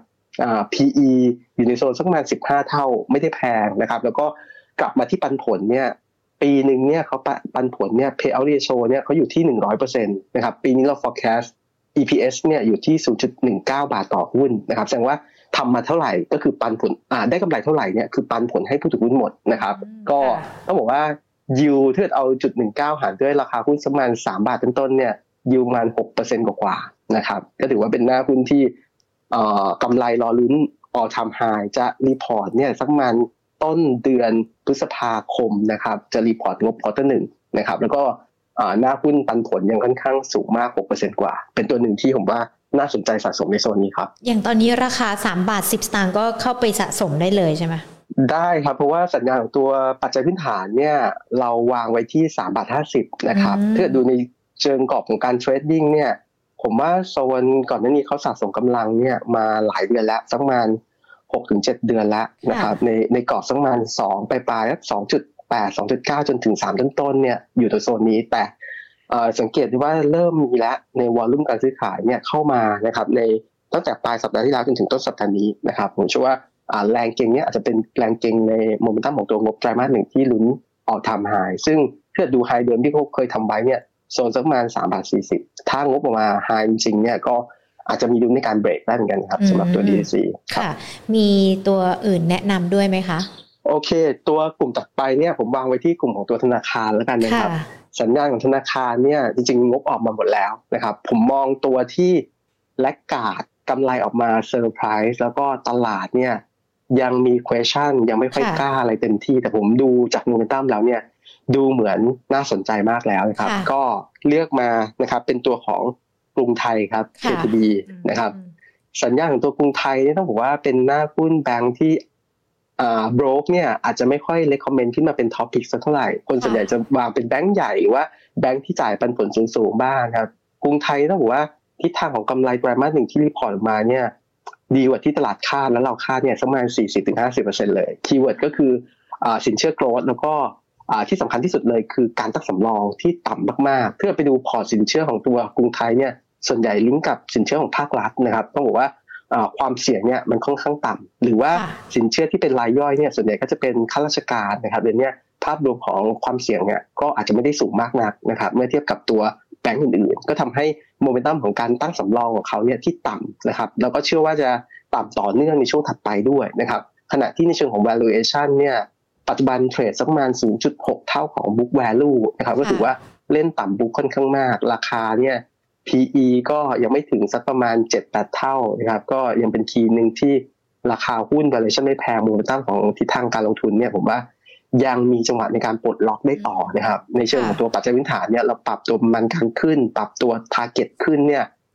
PE อยู่ในโซนสักประมาณ15เท่าไม่ได้แพงนะครับแล้วก็กลับมาที่ปันผลเนี่ยปีหนึ่งเนี่ยเขาปันผลเนี่ย payout ratio เนี่ยเขาอยู่ที่ 100% นะครับปีนี้เรา forecast EPS เนี่ยอยู่ที่ 0.19 บาทต่อหุ้นนะครับแสดงว่าทำมาเท่าไหร่ก็คือปันผลได้กำไรเท่าไหร่เนี่ยคือปันผลให้ผู้ถือหุ้นหมดนะครับก็ต้องบอกว่า yield ถ้าเอา 0.19 หารด้วยราคาหุ้นประมาณ3บาทต้นๆเนี่ยyield ประมาณ 6% กว่าๆนะครับก็ถือว่าเป็นหน้าหุ้นที่กำไรรอลุ้น all time high จะรีพอร์ตเนี่ยสักประมาณต้นเดือนพฤษภาคมนะครับจะรีพอร์ตงบควอเตอร์1นะครับแล้วก็หน้าหุ้นปันผลยังค่อนข้างสูงมาก 6% กว่าเป็นตัวหนึ่งที่ผมว่าน่าสนใจสะสมในโซนนี้ครับอย่างตอนนี้ราคา3 บาท 10 สตางค์ก็เข้าไปสะสมได้เลยใช่ไหมได้ครับเพราะว่าสัญญาณของตัวปัจจัยพื้นฐานเนี่ยเราวางไว้ที่3.50 บาทนะครับถ้าดูในเชิงกรอบของการเทรดดิ้งเนี่ยผมว่าโซนก่อนหน้านี้เขาสะสมกำลังเนี่ยมาหลายเดือนแล้วสักประมาณ 6-7 เดือนแล้วนะครับในกรอบสักประมาณ2ปลายๆ 2.8 2.9 จนถึง3ต้นๆเนี่ยอยู่ในโซนนี้แต่สังเกตได้ว่าเริ่มมีแล้วในวอลลุ่มการซื้อขายเนี่ยเข้ามานะครับในตั้งแต่ปลายสัปดาห์ที่แล้วจนถึงต้นสัปดาห์นี้นะครับผมเชื่อว่าแรงเก็งเนี่ยอาจจะเป็นแรงเก็งในโมเมนตัมของตัวงบไตรมาส1ที่ลุ้น all time high ซึ่งถ้าดูไฮเดิมที่เขาเคยทำไว้เนี่ยโซนสักประมาณ3.40 บาทถ้างบออกมาไฮจริงๆเนี่ยก็อาจจะมีลุ้นในการเบรกได้เหมือนกันครับสำหรับตัว DCC ค่ะมีตัวอื่นแนะนำด้วยไหมคะโอเคตัวกลุ่มต่อไปเนี่ยผมวางไว้ที่กลุ่มของตัวธนาคารแล้วกันนะครับสัญญาณของธนาคารเนี่ยจริงๆงบออกมาหมดแล้วนะครับผมมองตัวที่แลกขาดกำไรออกมาเซอร์ไพรส์แล้วก็ตลาดเนี่ยยังมี question ยังไม่ค่อยกล้าอะไรเต็มที่แต่ผมดูจากโมเมนตัมแล้วเนี่ยดูเหมือนน่าสนใจมากแล้วนะครับก็เลือกมานะครับเป็นตัวของกรุงไทยครับ KTB นะครับสัญญาณของตัวกรุงไทยนี่ต้องบอกว่าเป็นหน้าหุ้นแบงค์ที่โบรกเนี่ยอาจจะไม่ค่อยเรคคอมเมนต์ขึ้นมาเป็นท็อปพิกสักเท่าไหร่คนส่วนใหญ่จะวางเป็นแบงค์ใหญ่หรือว่าแบงค์ที่จ่ายปันผลสูงๆบ้างครับกรุงไทยต้องบอกว่าทิศทางของกำไรไตรมาส1ที่รีพอร์ตมาเนี่ยดีกว่าที่ตลาดคาดแล้วเราคาดเนี่ยประมาณ 40-50% เลยคีย์เวิร์ดก็คือสินเชื่อโกรทแล้วก็ที่สำคัญที่สุดเลยคือการตั้งสำรองที่ต่ำมากๆถ้าไปดูพอร์ตสินเชื่อของตัวกรุงไทยเนี่ยส่วนใหญ่ลิงก์กับสินเชื่อของภาครัฐนะครับต้องบอกว่าความเสี่ยงเนี่ยมันค่อนข้างต่ำหรือว่าสินเชื่อที่เป็นรายย่อยเนี่ยส่วนใหญ่ก็จะเป็นข้าราชการนะครับเดี๋ยวนี้ภาพรวมของความเสี่ยงเนี่ยก็อาจจะไม่ได้สูงมากนักนะครับเมื่อเทียบกับตัวแบงก์อื่นๆก็ทำให้โมเมนตัมของการตั้งสำรองของเขาเนี่ยที่ต่ำนะครับแล้วก็เชื่อว่าจะต่ำต่อเนื่องในช่วงถัดไปด้วยนะครับขณะที่ในเชิงของ valuation เนี่ยปัจจุบันเทรดสักประมาณ 0.6 เท่าของ book value นะครับก็ถือว่าเล่นต่ำ book ค่อนข้างมากราคาเนี่ยPE ก็ยังไม่ถึงสักประมาณ 7-8 เท่านะครับก็ยังเป็นคีย์นึงที่ราคาหุ้น valuation ไม่แพงโมเมนตัมของทิศทางการลงทุนเนี่ยผมว่ายังมีจังหวะในการปลดล็อกได้ต่อนะครับในเชิงของตัวปัจจัยพื้นฐานเนี่ยเราปรับตัวมันการขึ้นปรับตัว target ขึ้นเนี่ย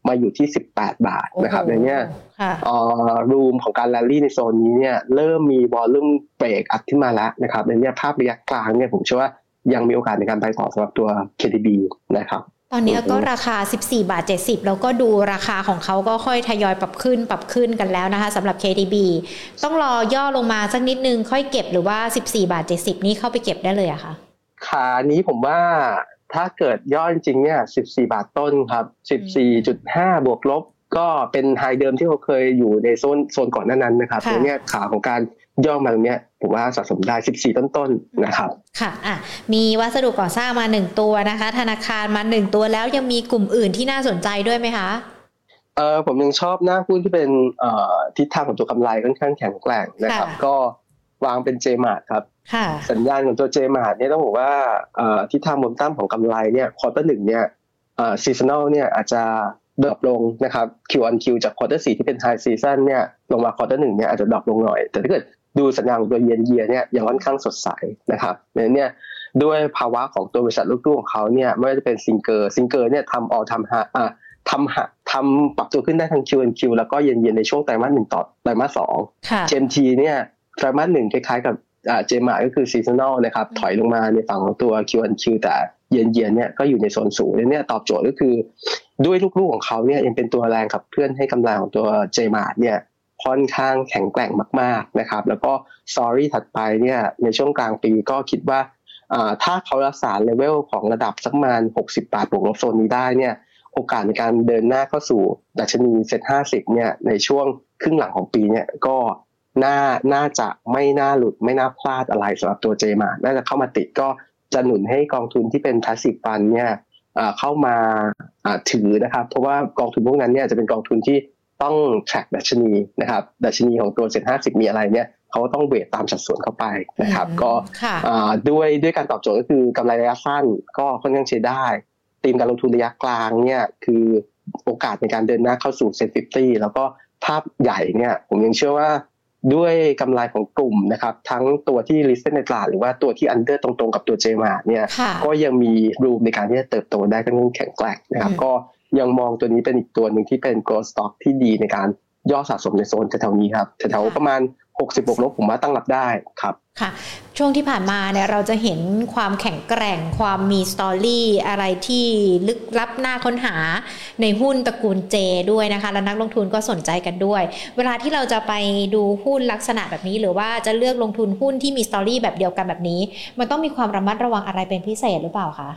มาอยู่ที่18 บาทนะครับในเนี้ยรูมของการแรลลี่ในโซนนี้เนี่ยเริ่มมีวอลลุ่มเบรกอัพขึ้นมาแล้วนะครับในเนี้ยภาพระยะกลางเนี่ยผมเชื่อว่ายังมีโอกาสในการไปต่อสำหรับตัว KTB นะครับตอนนี้ก็ราคา14.70 บาทแล้วก็ดูราคาของเขาก็ค่อยทยอยปรับขึ้นกันแล้วนะคะสำหรับ KTB ต้องรอย่อลงมาสักนิดนึงค่อยเก็บหรือว่า14.70 บาทนี่เข้าไปเก็บได้เลยอะคะขานี้ผมว่าถ้าเกิดย่อจริงๆเนี่ย14 บาทต้นครับ 14.5 บวกลบก็เป็นไฮเดิมที่เขาเคยอยู่ในโซนก่อนหน้านั้นนะครับในเนี่ยขาของการย่อมาตรงนี้ผมว่าสะสมได้14ต้นนะครับค่ะมีวัสดุก่อสร้างมา1ตัวนะคะธนาคารมา1ตัวแล้วยังมีกลุ่มอื่นที่น่าสนใจด้วยไหมคะผมยังชอบหน้าหุ้นที่เป็นทิศทางของตัวกำไรค่อนข้างแข็งแกร่งนะครับก็วางเป็น JMart ครับสัญญาณของตัว JMart เนี่ยต้องบอกว่าทิศทางโมเมนตัมของกำไรเนี่ยควอเตอร์1เนี่ยseasonal เนี่ยอาจจะดรอปลงนะครับ Q-on-Q จากควอเตอร์4ที่เป็น high season เนี่ยลงมาควอเตอร์1เนี่ยอาจจะดรอปลงหน่อยแต่ถ้าเกิดดูสัญญาณของตัว year เนี่ยยังค่อนข้างสดใสนะครับเนี่ยด้วยภาวะของตัวบริษัทลูกๆของเขาเนี่ยไม่ว่าจะเป็นซิงเกอร์เนี่ยทำปรับตัวขึ้นได้ทั้ง Q-on-Q แล้วก็เย็นในช่วงไตรมาส1ต่อไตรมาส2 GMT เนี่ยไตรมาส1คล้ายๆกับJMart ก็คือ seasonal นะครับถอยลงมาในฝั่งของตัว Q-on-Q แต่เย็นเนี่ยก็อยู่ในโซนสูงเนี่ยตอบโจทย์ก็คือด้วยลูกๆของเขาเนี่ยยังเป็นตัวแรงขับเคลื่อนให้กำไรของตัว JMart เนี่ยค่อนข้างแข็งแกร่งมากๆนะครับแล้วก็ story ถัดไปเนี่ยในช่วงกลางปีก็คิดว่าถ้าเขารักษาเลเวลของระดับสักประมาณ60 บาทบวกลบโซนนี้ได้เนี่ยโอกาสในการเดินหน้าเข้าสู่ดัชนี Set 50เนี่ยในช่วงครึ่งหลังของปีเนี่ยก็น่าจะไม่น่าหลุดไม่น่าพลาดอะไรสำหรับตัว JMart น่าจะเข้ามาติดก็จะหนุนให้กองทุนที่เป็น passive fund เนี่ยเข้ามาถือนะครับเพราะว่ากองทุนพวกนั้นเนี่ยจะเป็นกองทุนที่ต้อง track ดัชนีนะครับดัชนีของตัว Set 50มีอะไรเนี่ยเขาต้องเวทตามสัดส่วนเข้าไปนะครับก็ด้วยการตอบโจทย์ก็คือกำไรระยะสั้นก็ค่อนข้างใช้ได้ธีมการลงทุนระยะกลางเนี่ยคือโอกาสในการเดินหน้าเข้าสู่ Set 50แล้วก็ภาพใหญ่เนี่ยผมยังเชื่อว่าด้วยกำไรของกลุ่มนะครับทั้งตัวที่ listed ในตลาดหรือว่าตัวที่ under ตรงๆกับตัว JMart เนี่ยก็ยังมีรูมในการที่จะเติบโตได้ค่อนข้างแข็งแกร่งนะครับก็ยังมองตัวนี้เป็นอีกตัวหนึ่งที่เป็น growth stock ที่ดีในการย่อสะสมในโซนแถวๆนี้ครับแถวๆประมาณ60บวกลบผมว่าตั้งรับได้ครับค่ะช่วงที่ผ่านมาเนี่ยเราจะเห็นความแข็งแกร่งความมีสตอรี่อะไรที่ลึกลับน่าค้นหาในหุ้นตระกูล J ด้วยนะคะและนักลงทุนก็สนใจกันด้วยเวลาที่เราจะไปดูหุ้นลักษณะแบบนี้หรือว่าจะเลือกลงทุนหุ้นที่มีสตอรี่แบบเดียวกันแบบนี้มันต้องมีความระมัดระวังอะไรเป็นพิเศษหรือเปล่าคะ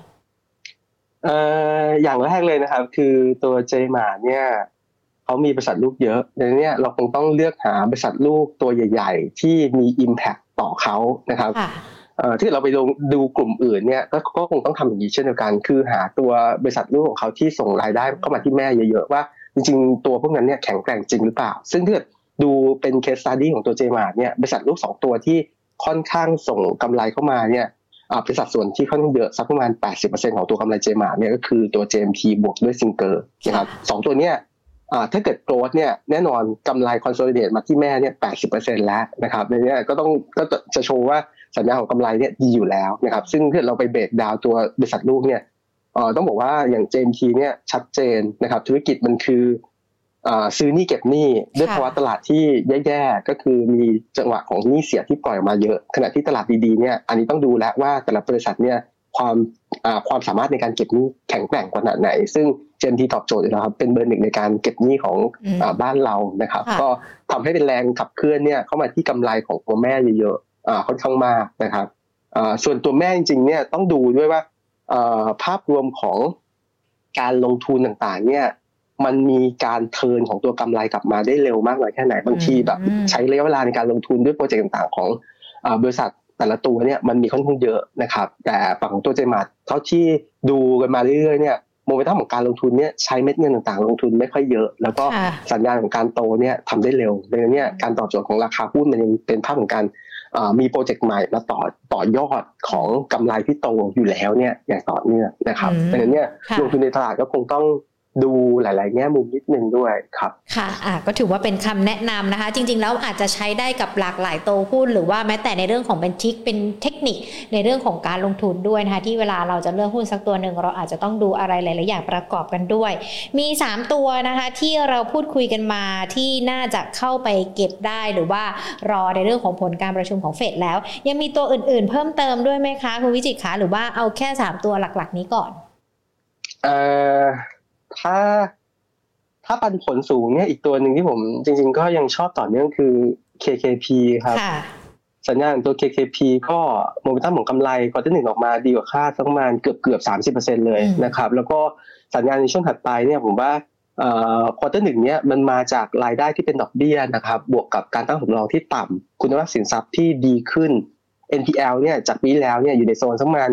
อย่างแรกเลยนะครับคือตัว JMart เนี่ยเขามีบริษัทลูกเยอะดังนั้นเนี่ยเราคงต้องเลือกหาบริษัทลูกตัวใหญ่ๆที่มี impact ต่อเขานะครับถ้าเราไปดูกลุ่มอื่นเนี่ยก็คงต้องทำอย่างนี้เช่นเดียวกันคือหาตัวบริษัทลูกของเขาที่ส่งรายได้เข้ามาที่แม่เยอะๆว่าจริงๆตัวพวกนั้นเนี่ยแข็งแกร่งจริงหรือเปล่าซึ่งถ้าดูเป็น case study ของตัว JMart เนี่ยบริษัทลูก2ตัวที่ค่อนข้างส่งกำไรเข้ามาเนี่ยเป็นสัดส่วนที่ค่อนข้างเยอะสักประมาณ 80% ของตัวกำไร JMart เนี่ยก็คือตัว JMT บวกด้วย Singer นะครับ2ตัวเนี้ยถ้าเกิดโกรธเนี่ยแน่นอนกำไร consolidate มาที่แม่เนี่ย 80% แล้วนะครับในนี้ก็จะโชว์ว่าสัญญาของกำไรเนี่ยดีอยู่แล้วนะครับซึ่งถ้าเราไปเบรกดาวตัวบริษัทลูกเนี่ยต้องบอกว่าอย่าง JMT เนี่ยชัดเจนนะครับธุรกิจมันคือซื้อหนี้เก็บหนี้ด้วยภาวะตลาดที่แย่ๆก็คือมีจังหวะของหนี้เสียที่ปล่อยมาเยอะขณะที่ตลาดดีๆเนี่ยอันนี้ต้องดูแล้วว่าแต่ละบริษัทเนี่ยความสามารถในการเก็บหนี้แข็งแกร่งขนาดไหนซึ่ง JMT ตอบโจทย์อยู่แล้วครับเป็นเบอร์หนึ่งในการเก็บหนี้ของบ้านเรานะครับก็ทำให้เป็นแรงขับเคลื่อนเนี่ยเข้ามาที่กำไรของตัวแม่เยอะๆค่อนข้างมากนะครับส่วนตัวแม่จริงๆเนี่ยต้องดูด้วยว่าภาพรวมของการลงทุนต่างๆเนี่ยมันมีการเทิร์นของตัวกำไรกลับมาได้เร็วมากน้อยแค่ไหนบางทีแบบใช้ระยะเวลาในการลงทุนด้วยโปรเจกต์ต่างๆของบริษัทแต่ละตัวเนี่ยมันมีค่อนข้างเยอะนะครับแต่ฝั่งของตัว JMart เท่าที่ดูกันมาเรื่อยๆเนี่ยโมเมนตัมของการลงทุนเนี่ยใช้เม็ดเงินต่างๆลงทุนไม่ค่อยเยอะแล้วก็สัญญาณของการโตเนี่ยทำได้เร็วดังนั้นเนี่ยการตอบโจทย์ของราคาหุ้นมันยังเป็นภาพของการมีโปรเจกต์ใหม่มาต่อยอดของกำไรที่โตอยู่แล้วเนี่ยอย่างต่อเนื่องนะครับดังนั้นเนี่ยลงทุนในตลาดก็คงต้องดูหลายๆแง่มุมนิดนึงด้วยครับค่ะก็ถือว่าเป็นคำแนะนำนะคะจริงๆแล้วอาจจะใช้ได้กับหลากหลายตัวหุ้นหรือว่าแม้แต่ในเรื่องของเป็นเทคนิคในเรื่องของการลงทุนด้วยนะคะที่เวลาเราจะเลือกหุ้นสักตัวหนึ่งเราอาจจะต้องดูอะไรหลายๆอย่างประกอบกันด้วยมี3ตัวนะคะที่เราพูดคุยกันมาที่น่าจะเข้าไปเก็บได้หรือว่ารอในเรื่องของผลการประชุมของเฟดแล้วยังมีตัวอื่นๆเพิ่มเติมด้วยไหมคะคุณวิจิตรคะหรือว่าเอาแค่3ตัวหลักๆนี้ก่อนถ้าปันผลสูงเนี่ยอีกตัวหนึ่งที่ผมจริงๆก็ยังชอบต่อเนื่องคือ KKP ครับสัญญาณตัว KKP ก็โมเมนตัมของกำไรควอเตอร์ 1ออกมาดีกว่าคาดประมาณเกือบ 30% เลยนะครับแล้วก็สัญญาณในช่วงถัดไปเนี่ยผมว่าควอเตอร์ 1เนี่ยมันมาจากรายได้ที่เป็นดอกเบี้ยนะครับบวกกับการตั้งสำรองที่ต่ำคุณภาพสินทรัพย์ที่ดีขึ้น NPL เนี่ยจากปีแล้วเนี่ยอยู่ในโซนประมาณ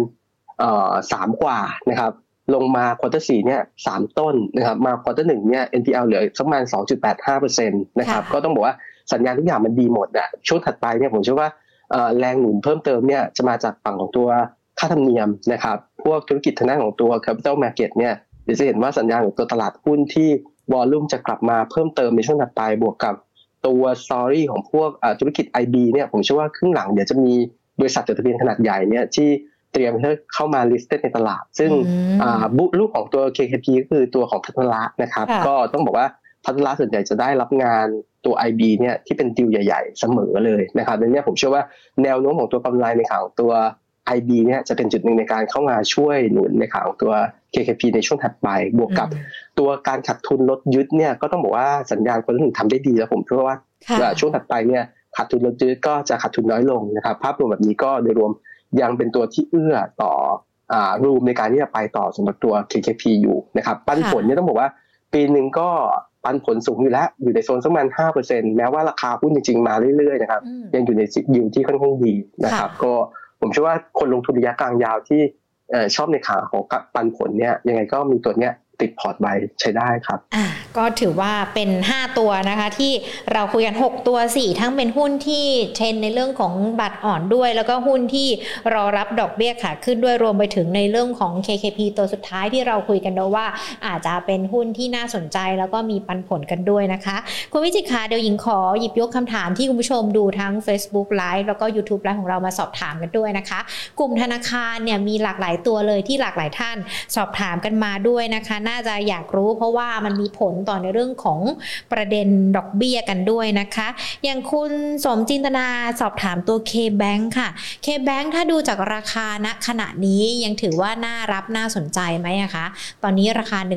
3กว่านะครับลงมาควอเตอร์ 4เนี่ย3ต้นนะครับมาควอเตอร์ 1เนี่ย NPL เหลือประมาณ 2.85% นะครับก็ต้องบอกว่าสัญญาณทุกอย่างมันดีหมดอ่ะช่วงถัดไปเนี่ยผมเชื่อว่าแรงหนุนเพิ่มเติมเนี่ยจะมาจากฝั่งของตัวค่าธรรมเนียมนะครับพวกธุรกิจทางด้านของตัว Capital Market เนี่ยเดี๋ยวจะเห็นว่าสัญญาณของตัวตลาดหุ้นที่วอลลุ่มจะกลับมาเพิ่มเติมในช่วงถัดไปบวกกับตัวสตอรี่ของพวกธุรกิจ IB เนี่ยผมเชื่อว่าครึ่งหลังเดี๋ยวจะมีบริษัทจดทะเบียนขนาดใหญ่เนี่ยที่เตรียมเข้ามา listed ในตลาดซึ่งลูกของตัว KKP ก็คือตัวของพัฒนานะครับก็ต้องบอกว่าพัฒนาส่วนใหญ่จะได้รับงานตัว IB เนี่ยที่เป็นดีลใหญ่ๆเสมอเลยนะครับดังนั้นผมเชื่อว่าแนวโน้มของตัวกำไรในข่าวของตัว IB เนี่ยจะเป็นจุดหนึ่งในการเข้ามาช่วยหนุนในข่าวของตัว KKP ในช่วงถัดไปบวกกับตัวการขาดทุนลดยึดเนี่ยก็ต้องบอกว่าสัญญาณคนถึงทำได้ดีแล้วผมเชื่อว่าช่วงถัดไปเนี่ยขาดทุนลดยึดก็จะขาดทุนน้อยลงนะครับภาพรวมแบบนี้ก็โดยรวมยังเป็นตัวที่เอื้อต่อรูมในการที่จะไปต่อสำหรับตัว KKP อยู่นะครับปันผลเนี่ยต้องบอกว่าปีนึงก็ปันผลสูงอยู่แล้วอยู่ในโซนประมาณ 5% แม้ว่าราคาหุ้นจริงๆมาเรื่อยๆนะครับยังอยู่ในยิวที่ค่อนข้างดีนะครับก็ผมเชื่อว่าคนลงทุนระยะกลางยาวที่ชอบในขาของปันผลเนี่ยยังไงก็มีตัวเนี้ยติดพอร์ตไว้ใช้ได้ครับก็ถือว่าเป็น5ตัวนะคะที่เราคุยกัน6ตัว4ทั้งเป็นหุ้นที่เทรนในเรื่องของบัตรอ่อนด้วยแล้วก็หุ้นที่รอรับดอกเบี้ยขาขึ้นด้วยรวมไปถึงในเรื่องของ KKP ตัวสุดท้ายที่เราคุยกันด้วยว่าอาจจะเป็นหุ้นที่น่าสนใจแล้วก็มีปันผลกันด้วยนะคะคุณวิจิตรคะเดี๋ยวหญิงขอหยิบยกคำถามที่คุณผู้ชมดูทั้ง Facebook Live แล้วก็ YouTube Live ของเรามาสอบถามกันด้วยนะคะกลุ่มธนาคารเนี่ยมีหลากหลายตัวเลยที่หลากหลายท่านสอบถามกันมาด้วยนะคะน่าจะอยากรู้เพราะว่ามันมีผลต่อในเรื่องของประเด็นดอกเบี้ยกันด้วยนะคะอย่างคุณสมจินตนาสอบถามตัว K-Bank ค่ะ K-Bank ถ้าดูจากราคาณขณะนี้ยังถือว่าน่ารับน่าสนใจไหมคะตอนนี้ราคา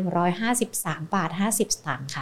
153.50 สตางค์ค่ะ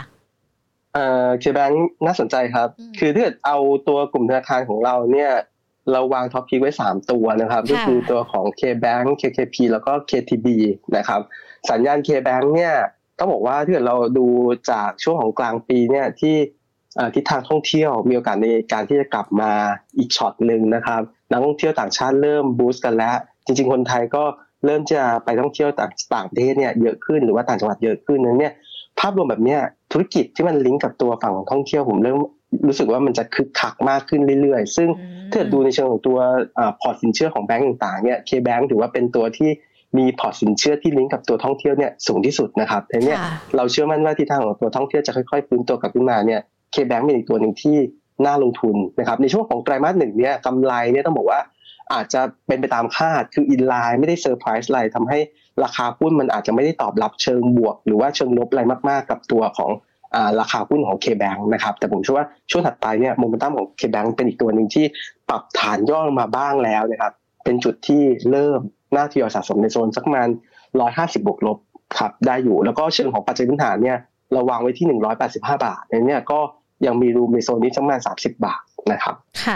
K-Bank น่าสนใจครับคือถ้าเกิดเอาตัวกลุ่มธนาคารของเราเนี่ยเราวางท็อปพิกไว้3ตัวนะครับก็คือตัวของ K-Bank KKP แล้วก็ KTB นะครับสัญญาณ K-Bank เนี่ยต้องบอกว่าถ้าเกิดเราดูจากช่วงของกลางปีเนี่ยที่ทิศทางท่องเที่ยวมีโอกาสในการที่จะกลับมาอีกช็อตนึงนะครับนักท่องเที่ยวต่างชาติเริ่มบูสต์กันแล้วจริงๆคนไทยก็เริ่มจะไปท่องเที่ยวต่างประเทศเนี่ยเยอะขึ้นหรือว่าต่างจังหวัดเยอะขึ้นนั้นเนี่ยภาพรวมแบบเนี้ยธุรกิจที่มันลิงก์กับตัวฝั่งของท่องเที่ยวผมเริ่มรู้สึกว่ามันจะคึกคักมากขึ้นเรื่อยๆซึ่งถ้าดูในเชิงของตัวพอร์ตสินเชื่อของแบงก์ต่างๆเนี่ย K-Bank ถือว่าเป็นตัวที่มีพอร์ตสินเชื่อที่ลิงก์กับตัวท่องเที่ยวเนี่ยสูงที่สุดนะครับเพราะเนี่ยเราเชื่อมั่นว่าทิศทางของตัวท่องเที่ยวจะค่อยๆฟื้นตัวกลับขึ้นมาเนี่ย K-Bank เป็นอีกตัวหนึ่งที่น่าลงทุนนะครับในช่วงของไตรมาส 1เนี่ยกำไรเนี่ยต้องบอกว่าอาจจะเป็นไปตามคาดคืออินไลน์ไม่ได้เซอร์ไพรส์อะไรทำให้ราคาหุ้นมันอาจจะไม่ได้ตอบรับเชิงบวกหรือว่าเชิงลบอะไรมากๆกับตัวของราคาหุ้นของ K-Bank นะครับแต่ผมเชื่อว่าช่วงถัดไปเนี่ยโมเมนตัมของ K-Bank เป็นอีกตัวนึงที่ปรับฐานย่อลงมาบ้างแล้วนะครับเป็นจุดที่เริ่มน่าทยอยสะสมในโซนสักประมาณ150บวกลบครับได้อยู่แล้วก็เชิงของปัจจัยพื้นฐานเนี่ยเราวางไว้ที่185 บาทเนี่ยก็ยังมีรูมในโซนนี้ประมาณ30 บาทนะครับค่ะ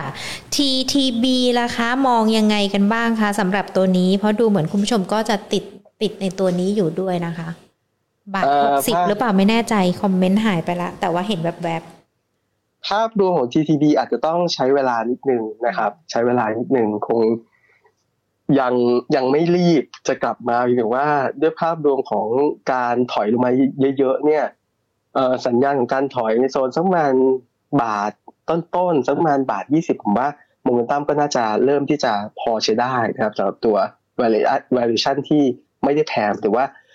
TTB ล่ะคะมองยังไงกันบ้างคะสำหรับตัวนี้เพราะดูเหมือนคุณผู้ชมก็จะติดในตัวนี้อยู่ด้วยนะคะบาท60หรือเปล่าไม่แน่ใจคอมเมนต์หายไปละแต่ว่าเห็นแวบๆภาพรวมของ TTB อาจจะต้องใช้เวลานิดนึงนะครับใช้เวลานิดนึงคงยังไม่รีบจะกลับมาถึงว่าด้วยภาพรวมของการถอยลงมาเยอะๆเนี่ยสัญญาณของการถอยในโซนสักประมาณบาทต้นๆสักประมาณบาท20ผมว่าโมเมนตัมก็น่าจะเริ่มที่จะพอใช้ได้นะครับสำหรับตัว valuation ที่ไม่ได้แพงแต่ว่า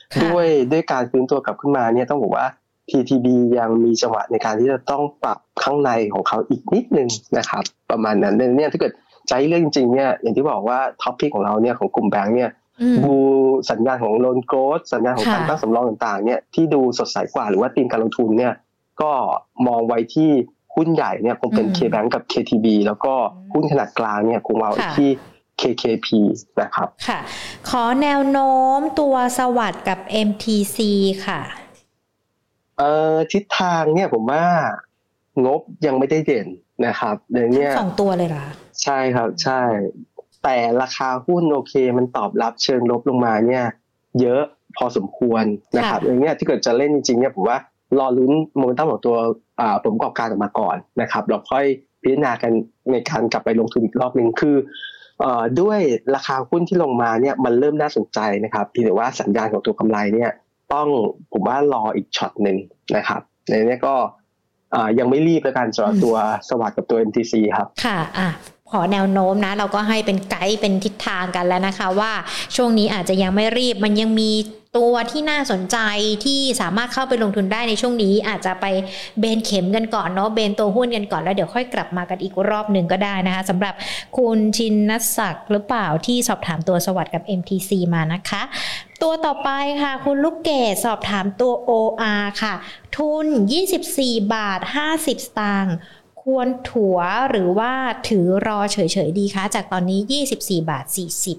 ด้วยการฟื้นตัวกลับขึ้นมาเนี่ยต้องบอกว่า TTB ยังมีจังหวะในการที่จะต้องปรับข้างในของเขาอีกนิดนึงนะครับประมาณนั้นเนี่ยถ้าเกิดใจเรื่องจริงๆเนี่ยอย่างที่บอกว่าท็อปพิกของเราเนี่ยของกลุ่มแบงค์เนี่ยดูสัญญาณของ loan growth สัญญาณของการตั้งสำรองต่างๆเนี่ยที่ดูสดใสกว่าหรือว่าธีมการลงทุนเนี่ยก็มองไว้ที่หุ้นใหญ่เนี่ยคงเป็น KBank กับ KTB แล้วก็หุ้นขนาดกลางเนี่ยคงเอาที่ KKP นะครับค่ะขอแนวโน้มตัวสวัสดิ์กับ MTC ค่ะทิศทางเนี่ยผมว่างบยังไม่ได้เด่นนะครับเดี๋ยวนี้ 2ตัวเลยเหรอใช่ครับใช่แต่ราคาหุ้นโอเคมันตอบรับเชิงลบลงมาเนี่ยเยอะพอสมควรนะครับอย่างเงี้ยที่เกิดจะเล่นจริงๆเนี่ยผมว่ารอลุ้นโมเมนตัมของตัวผลประกอบการออกมาก่อนนะครับเราค่อยพิจารณากันในการกลับไปลงทุนอีกรอบนึงคือด้วยราคาหุ้นที่ลงมาเนี่ยมันเริ่มน่าสนใจนะครับเพียงแต่ว่าสัญญาณของตัวกำไรเนี่ยต้องผมว่ารออีกช็อตนึงนะครับในนี้ก็ยังไม่รีบแล้วกันสำหรับตัวสวัสดิ์กับตัว MTC ครับค่ะขอแนวโน้มนะเราก็ให้เป็นไกด์เป็นทิศทางกันแล้วนะคะว่าช่วงนี้อาจจะยังไม่รีบมันยังมีตัวที่น่าสนใจที่สามารถเข้าไปลงทุนได้ในช่วงนี้อาจจะไปเบนเข็มกันก่อนเนาะเบนตัวหุ้นกันก่อนแล้วเดี๋ยวค่อยกลับมากันอีกรอบหนึ่งก็ได้นะคะสำหรับคุณชินศักดิ์หรือเปล่าที่สอบถามตัวสวัสดิ์กับ MTC มานะคะตัวต่อไปค่ะคุณลูกเกดสอบถามตัว OR ค่ะทุน24.50 บาทควรถัวหรือว่าถือรอเฉยๆดีคะจากตอนนี้24.40 บาท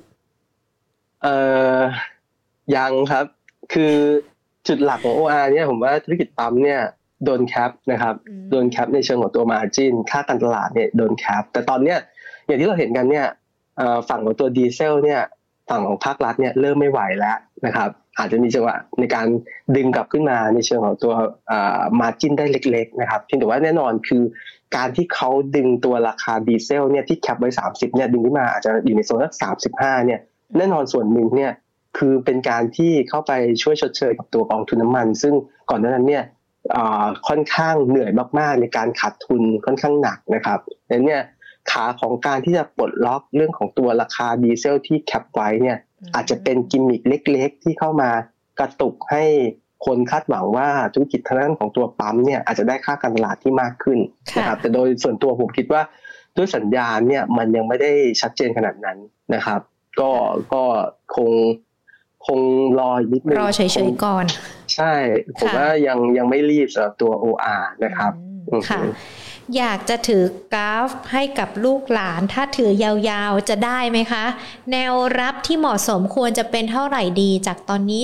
ยังครับคือจุดหลักของ OR เนี่ยผมว่าธุรกิจปั๊มเนี่ยโดนแคปนะครับโดนแคปในเชิงของตัว margin ค่าการตลาดเนี่ยโดนแคปแต่ตอนเนี้ยอย่างที่เราเห็นกันเนี่ยฝั่งของตัวดีเซลเนี่ยฝั่งของภาครัฐเนี่ยเริ่มไม่ไหวแล้วนะครับอาจจะมีจังหวะในการดึงกลับขึ้นมาในเชิงของตัวmargin ได้เล็กๆนะครับเพียงแต่ว่าแน่นอนคือการที่เขาดึงตัวราคาดีเซลเนี่ยที่แคปไว้30เนี่ยดึงขึ้นมาอาจจะอยู่ในโซนสัก35เนี่ยแน่นอนส่วนหนึ่งเนี่ยคือเป็นการที่เข้าไปช่วยชดเชยกับตัวกองทุนน้ำมันซึ่งก่อนหน้านั้นเนี่ยค่อนข้างเหนื่อยมากๆในการขาดทุนค่อนข้างหนักนะครับดังนั้นเนี่ยขาของการที่จะปลดล็อกเรื่องของตัวราคาดีเซลที่แคปไว้เนี่ยอาจจะเป็นกิมมิคเล็กๆที่เข้ามากระตุกให้คนคาดหวังว่าธุรกิจทางด้านของตัวปั๊มเนี่ยอาจจะได้ค่าการตลาดที่มากขึ้นนะครับแต่โดยส่วนตัวผมคิดว่าด้วยสัญญาณเนี่ยมันยังไม่ได้ชัดเจนขนาดนั้นนะครับก็คงรอนิดนึงรอเฉยๆก่อนใช่ผมว่ายังไม่รีบสำหรับตัว OR นะครับค่ะอยากจะถือกราฟให้กับลูกหลานถ้าถือยาวๆจะได้ไหมคะแนวรับที่เหมาะสมควรจะเป็นเท่าไหร่ดีจากตอนนี้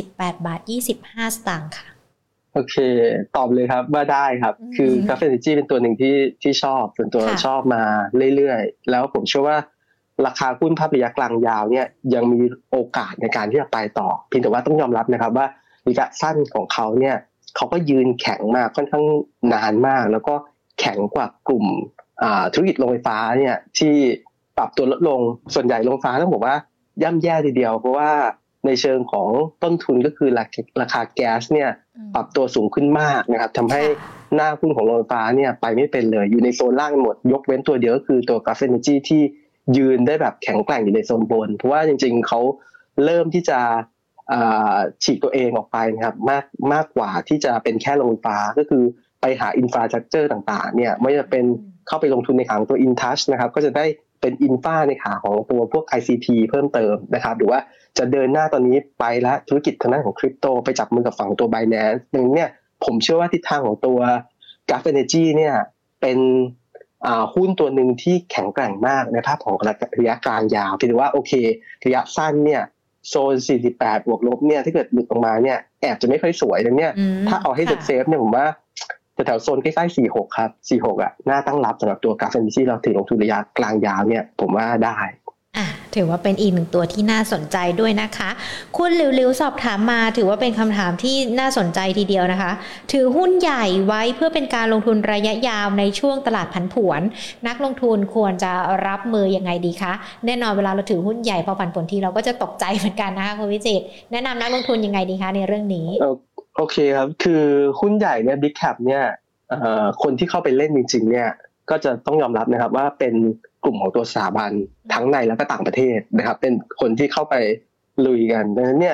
48.25 บาทค่ะโอเคตอบเลยครับว่าได้ครับคือกราฟ Energy เป็นตัวหนึ่งที่ชอบส่วนตัวชอบมาเรื่อยๆแล้วผมเชื่อว่าราคาหุ้นภาพระยะกลางยาวเนี่ยยังมีโอกาสในการที่จะไปต่อเพียงแต่ว่าต้องยอมรับนะครับว่าระยะสั้นของเขาเนี่ยเขาก็ยืนแข็งมาค่อนข้างนานมากแล้วก็แข็งกว่ากลุ่มธุรกิจโรงไฟฟ้าเนี่ยที่ปรับตัวลดลงส่วนใหญ่โรงไฟฟ้าต้องบอกว่าย่ำแย่ทีเดียวเพราะว่าในเชิงของต้นทุนก็คือราคาแก๊สเนี่ยปรับตัวสูงขึ้นมากนะครับทำให้หน้าหุ้นของโรงไฟฟ้าเนี่ยไปไม่เป็นเลยอยู่ในโซนล่างหมดยกเว้นตัวเดียวก็คือตัว Gulf Energy ที่ยืนได้แบบแข็งแกร่งอยู่ในโซนบนเพราะว่าจริงๆเขาเริ่มที่จะฉีกตัวเองออกไปนะครับมากกว่าที่จะเป็นแค่โรงไฟฟ้าก็คือไปหาอินฟราสตรัคเจอร์ต่างๆเนี่ยไม่ว่าจะเป็นเข้าไปลงทุนในขาของตัว InTouch นะครับก็จะได้เป็นอินฟราในขาของตัวพวก ICT เพิ่มเติมนะครับหรือว่าจะเดินหน้าตอนนี้ไปแล้วธุรกิจทางด้านของคริปโตไปจับมือกับฝั่งตัว Binance อย่างนี้เนี่ยผมเชื่อว่าทิศทางของตัว Gulf Energy เนี่ยเป็นหุ้นตัวหนึ่งที่แข็งแกร่งมากในภาพของระยะกลางยาวถือว่าโอเคระยะสั้นเนี่ยโซน48บวกลบเนี่ยถ้าเกิดหลุดออกมาเนี่ยแอบจะไม่ค่อยสวยดังเนี่ยถ้าเอาให้เซฟเนี่ยผมว่าแถวโซนใกล้ๆ46ครับ46อ่ะน่าตั้งรับสำหรับตัว Gulf Energy เราถือลงทุนระยะกลางยาวเนี่ยผมว่าได้ถือว่าเป็นอีกหนึ่งตัวที่น่าสนใจด้วยนะคะคุณหลิวๆสอบถามมาถือว่าเป็นคำถามที่น่าสนใจทีเดียวนะคะถือหุ้นใหญ่ไว้เพื่อเป็นการลงทุนระยะยาวในช่วงตลาดผันผวนนักลงทุนควรจะรับมือยังไงดีคะแน่นอนเวลาเราถือหุ้นใหญ่พอผันผวนทีเราก็จะตกใจเหมือนกันนะคะคุณวิจิตรแนะนำนักลงทุนยังไงดีคะในเรื่องนี้โอเคครับคือหุ้นใหญ่เนี่ย Big Cap เนี่ยคนที่เข้าไปเล่นจริงๆเนี่ยก็จะต้องยอมรับนะครับว่าเป็นกลุ่มของตัวสถาบันทั้งในและก็ต่างประเทศนะครับเป็นคนที่เข้าไปลุยกันดังนั้นเนี่ย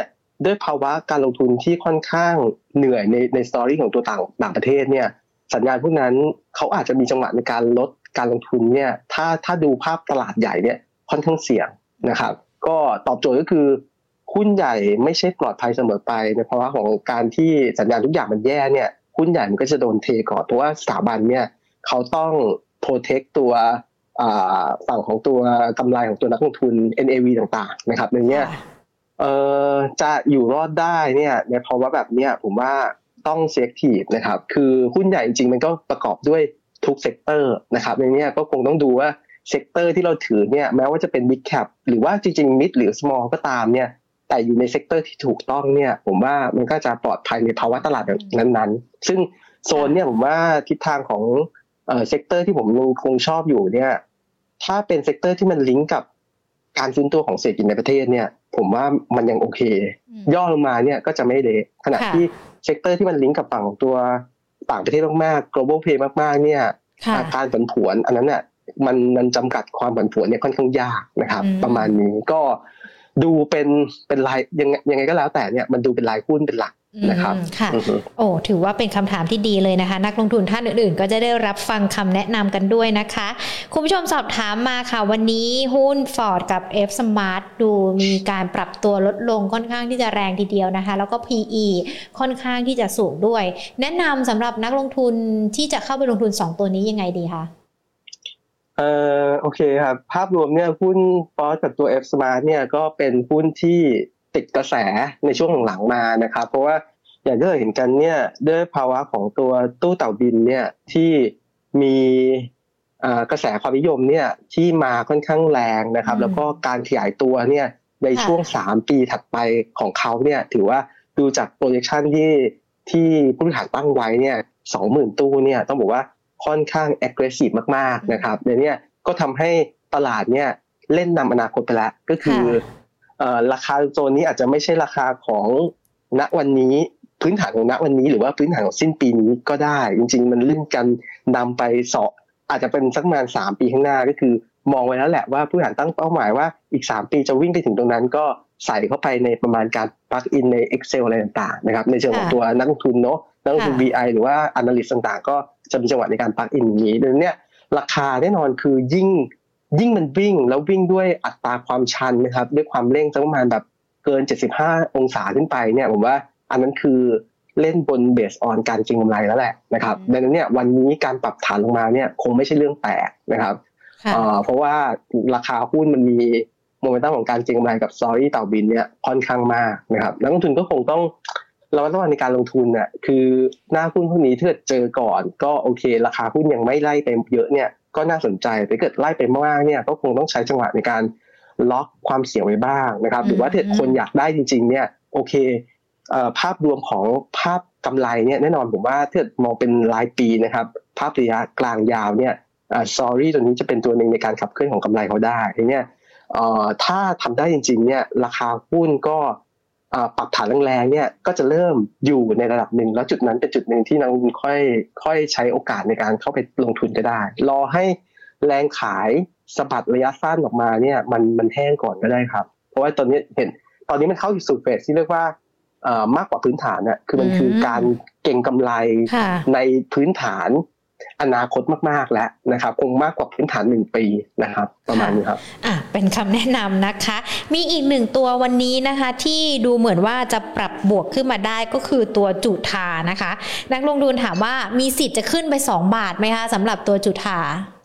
ด้วยภาวะการลงทุนที่ค่อนข้างเหนื่อยในสตอรี่ของตัวต่างประเทศเนี่ยสัญญาณพวกนั้นเขาอาจจะมีจังหวะในการลดการลงทุนเนี่ยถ้าดูภาพตลาดใหญ่เนี่ยค่อนข้างเสี่ยงนะครับก็ตอบโจทย์ก็คือหุ้นใหญ่ไม่ใช่ปลอดภัยเสมอไปในภาวะของการที่สัญญาณทุกอย่างมันแย่เนี่ยหุ้นใหญ่มันก็จะโดนเทก่อนเพราะว่าสถาบันเนี่ยเขาต้องโปรเทคตัวฝั่งของตัวกำไรของตัวนักลงทุน NAV ต่างๆนะครับในเนี้ยจะอยู่รอดได้เนี่ยในภาวะแบบเนี้ยผมว่าต้อง selective นะครับคือหุ้นใหญ่จริงๆมันก็ประกอบด้วยทุกเซกเตอร์นะครับในเนี้ยก็คงต้องดูว่าเซกเตอร์ที่เราถือเนี่ยแม้ว่าจะเป็น big cap หรือว่าจริงๆ mid หรือ small ก็ตามเนี่ยแต่อยู่ในเซกเตอร์ที่ถูกต้องเนี่ยผมว่ามันก็จะปลอดภัยในภาวะตลาดแบบนั้นๆซึ่งโซนเนี่ยผมว่าทิศทางของเซกเตอร์ที่ผมยังคงชอบอยู่เนี่ยถ้าเป็นเซกเตอร์ที่มันลิงก์กับการฟื้นตัวของเศรษฐกิจในประเทศเนี่ยผมว่ามันยังโอเคย่อลงมาเนี่ยก็จะไม่เละขณะที่เซกเตอร์ที่มันลิงก์กับฝั่งของตัวต่างประเทศมากๆ global play มากๆเนี่ยการผันผวนอันนั้นน่ะมันจำกัดความผันผวนเนี่ยค่อนข้างยากนะครับประมาณนี้ก็ดูเป็นรายยังไงก็แล้วแต่เนี่ยมันดูเป็นรายหุ้นเป็นหลักนะครับค่ะโอ้ถือว่าเป็นคำถามที่ดีเลยนะคะนักลงทุนท่านอื่นๆก็จะได้รับฟังคำแนะนำกันด้วยนะคะคุณผู้ชมสอบถามมาค่ะวันนี้หุ้น Ford กับ F Smart ดูมีการปรับตัวลดลงค่อนข้างที่จะแรงทีเดียวนะคะแล้วก็ PE ค่อนข้างที่จะสูงด้วยแนะนำสำหรับนักลงทุนที่จะเข้าไปลงทุน2ตัวนี้ยังไงดีคะโอเคครับภาพรวมเนี่ยหุ้น Ford กับตัว F Smart เนี่ยก็เป็นหุ้นที่ติดกระแสในช่วงหลังๆมานะครับเพราะว่าอย่างที่เราเห็นกันเนี่ยด้วยภาวะของตัวตู้เต่าบินเนี่ยที่มีกระแสความนิยมเนี่ยที่มาค่อนข้างแรงนะครับแล้วก็การขยายตัวเนี่ยในช่วง3ปีถัดไปของเขาเนี่ยถือว่าดูจาก projection ที่ผู้บริหารตั้งไว้เนี่ย 20,000 ตู้เนี่ยต้องบอกว่าค่อนข้าง aggressive มากๆนะครับในนี้ก็ทำให้ตลาดเนี่ยเล่นนำอนาคตไปแล้วก็คือราคาโซนนี้อาจจะไม่ใช่ราคาของณวันนี้พื้นฐานของณวันนี้หรือว่าพื้นฐานของสิ้นปีนี้ก็ได้จริงๆมันเล่นกันนำไปอาจจะเป็นสักประมาณ3ปีข้างหน้าก็คือมองไว้แล้วแหละว่าผู้บริหารตั้งเป้าหมายว่าอีก3ปีจะวิ่งไปถึงตรงนั้นก็ใส่เข้าไปในประมาณการ plug in ใน Excel อะไรต่างๆนะครับในเชิงของตัวนักลงทุนเนาะนักลงทุน VI หรือว่า analyst ต่างๆก็จะมีจังหวะในการ plug in อย่างนี้ดังนั้นเนี่ยราคาแน่นอนคือยิ่งมันวิ่งแล้ววิ่งด้วยอัตราความชันนะครับด้วยความเร่งสักประมาณแบบเกิน75องศาขึ้นไปเนี่ยผมว่าอันนั้นคือเล่นบนเบสออนการเก็งกำไรแล้วแหละนะครับดังนั้นเนี่ยวันนี้การปรับฐานลงมาเนี่ยคงไม่ใช่เรื่องแปลกนะครับเพราะว่าราคาหุ้นมันมีโมเมนตัมของการเก็งกำไรกับสตอรี่เต่าบินเนี่ยค่อนข้างมากนะครับนักลงทุนก็คงต้องระมัดระวังในการลงทุนน่ะคือหน้าหุ้นพวกนี้ถ้าเกิดเจอก่อนก็โอเคราคาหุ้นยังไม่ไล่ไปเยอะเนี่ยก็น่าสนใจแต่เกิดไล่ไปมากเนี่ยก็คงต้องใช้จังหวะในการล็อกความเสี่ยงไว้บ้างนะครับหรือว่าถ้าคนอยากได้จริงๆเนี่ยโอเคภาพรวมของภาพกำไรเนี่ยแน่นอนผมว่าถ้ามองเป็นรายปีนะครับภาพระยะกลางยาวเนี่ยsorry ตัวนี้จะเป็นตัวหนึ่งในการขับเคลื่อนของกำไรเขาได้ทีเนี้ยถ้าทำได้จริงๆเนี่ยราคาหุ้นก็ปรับฐานแรงๆเนี่ยก็จะเริ่มอยู่ในระดับหนึ่งแล้วจุดนั้นเป็นจุดหนึ่งที่นักลงทุนค่อยใช้โอกาสในการเข้าไปลงทุนก็ได้รอให้แรงขายสะบัดระยะสั้นออกมาเนี่ยมันแห้งก่อนก็ได้ครับเพราะว่าตอนนี้มันเข้าสู่เฟสที่เรียกว่ามากกว่าพื้นฐานน่ะคือมันคือการเก็งกำไรในพื้นฐานอนาคตมากๆแล้วนะครับคงมากกว่าพื้นฐาน1ปีนะครับประมาณนี้ครับเป็นคำแนะนำนะคะมีอีก1ตัววันนี้นะคะที่ดูเหมือนว่าจะปรับบวกขึ้นมาได้ก็คือตัวจุฑานะคะนักลงทุนถามว่ามีสิทธิ์จะขึ้นไป2 บาทไหมคะสำหรับตัวจุฑา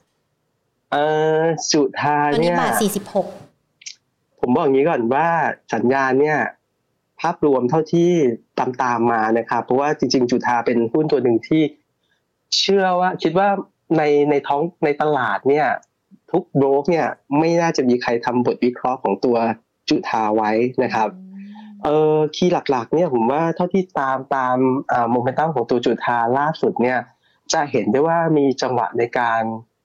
จุฑาเนี่ยบาท46 ผมบอกอย่างนี้ก่อนว่าสัญญาณเนี่ยภาพรวมเท่าที่ตามมานะครับเพราะว่าจริงๆจุฑาเป็นหุ้นตัวหนึ่งที่คิดว่าในตลาดเนี่ยทุกโบรกเนี่ยไม่น่าจะมีใครทำบทวิเคราะห์ของตัวจุฑาไว้นะครับคีย์หลักๆเนี่ยผมว่าเท่าที่ตามโมเมนตัมของตัวจุฑาล่าสุดเนี่ยจะเห็นได้ว่ามีจังหวะในการ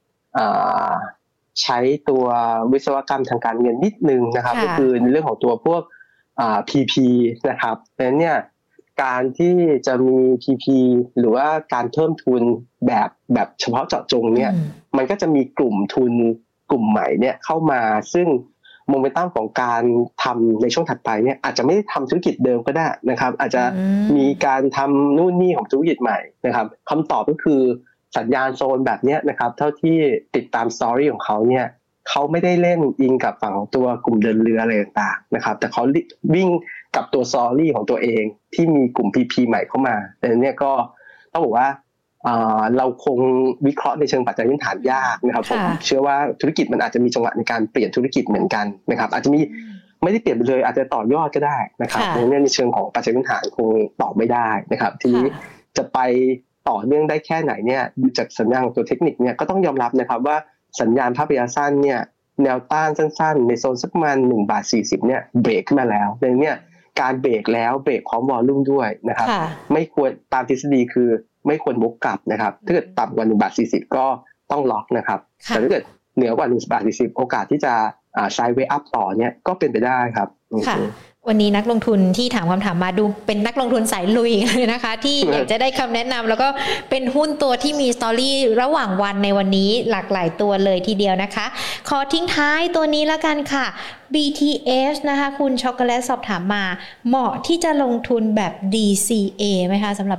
ใช้ตัววิศวกรรมทางการเงินนิดนึงนะครับก็คือในเรื่องของตัวพวกPP นะครับเพราะฉะนั้นเนี่ยการที่จะมี PP หรือว่าการเพิ่มทุนแบบเฉพาะเจาะจงเนี่ยมันก็จะมีกลุ่มทุนกลุ่มใหม่เนี่ยเข้ามาซึ่งโมเมนตัมของการทำในช่วงถัดไปเนี่ยอาจจะไม่ได้ทำธุรกิจเดิมก็ได้นะครับอาจจะมีการทำนู่นนี่ของธุรกิจใหม่นะครับคำตอบก็คือสัญญาณโซนแบบนี้นะครับเท่าที่ติดตามสตอรี่ของเขาเนี่ยเขาไม่ได้เล่นอิงกับฝั่งของตัวกลุ่มเดินเรืออะไรต่างๆนะครับแต่เขาวิ่งกับตัวสตอรี่ของตัวเองที่มีกลุ่ม PP ใหม่เข้ามาแต่เนี่ยก็ต้องบอกว่าเราคงวิเคราะห์ในเชิงปัจจัยพื้นฐานยากนะครับผมเชื่อว่าธุรกิจมันอาจจะมีจังหวะในการเปลี่ยนธุรกิจเหมือนกันนะครับอาจจะมีไม่ได้เปลี่ยนไปเลยอาจจะต่อยอดก็ได้นะครับในเชิงของปัจจัยพื้นฐานคงตอบไม่ได้นะครับทีนี้จะไปต่อเนื่องได้แค่ไหนเนี่ยดูจากสัญญาณของตัวเทคนิคเนี่ยก็ต้องยอมรับนะครับว่าสัญญาณภาพระยะสั้นเนี่ยแนวต้านสั้นๆในโซนสักประมาณ1.40 เนี่ยเบรกขึ้นมาแล้วดังนั้นเนี่ยการเบรกแล้วเบรกพร้อมวอลลุ่มด้วยนะครับไม่ควรตามทฤษฎีคือไม่ควรวกกลับนะครับถ้าเกิดต่ำกว่า1.40 ก็ต้องล็อกนะครับแต่ถ้าเกิดเหนือกว่า1.40 โอกาสที่จะไซด์เวย์อัพต่อเนี่ยก็เป็นไปได้ครับค่ะวันนี้นักลงทุนที่ถามคำถามมาดูเป็นนักลงทุนสายลุยเลยนะคะที่อยากจะได้คำแนะนำแล้วก็เป็นหุ้นตัวที่มีสตอรี่ระหว่างวันในวันนี้หลากหลายตัวเลยทีเดียวนะคะขอทิ้งท้ายตัวนี้แล้วกันค่ะ BTS นะคะคุณช็อกโกแลตสอบถามมาเหมาะที่จะลงทุนแบบ DCA ไหมคะสำหรับ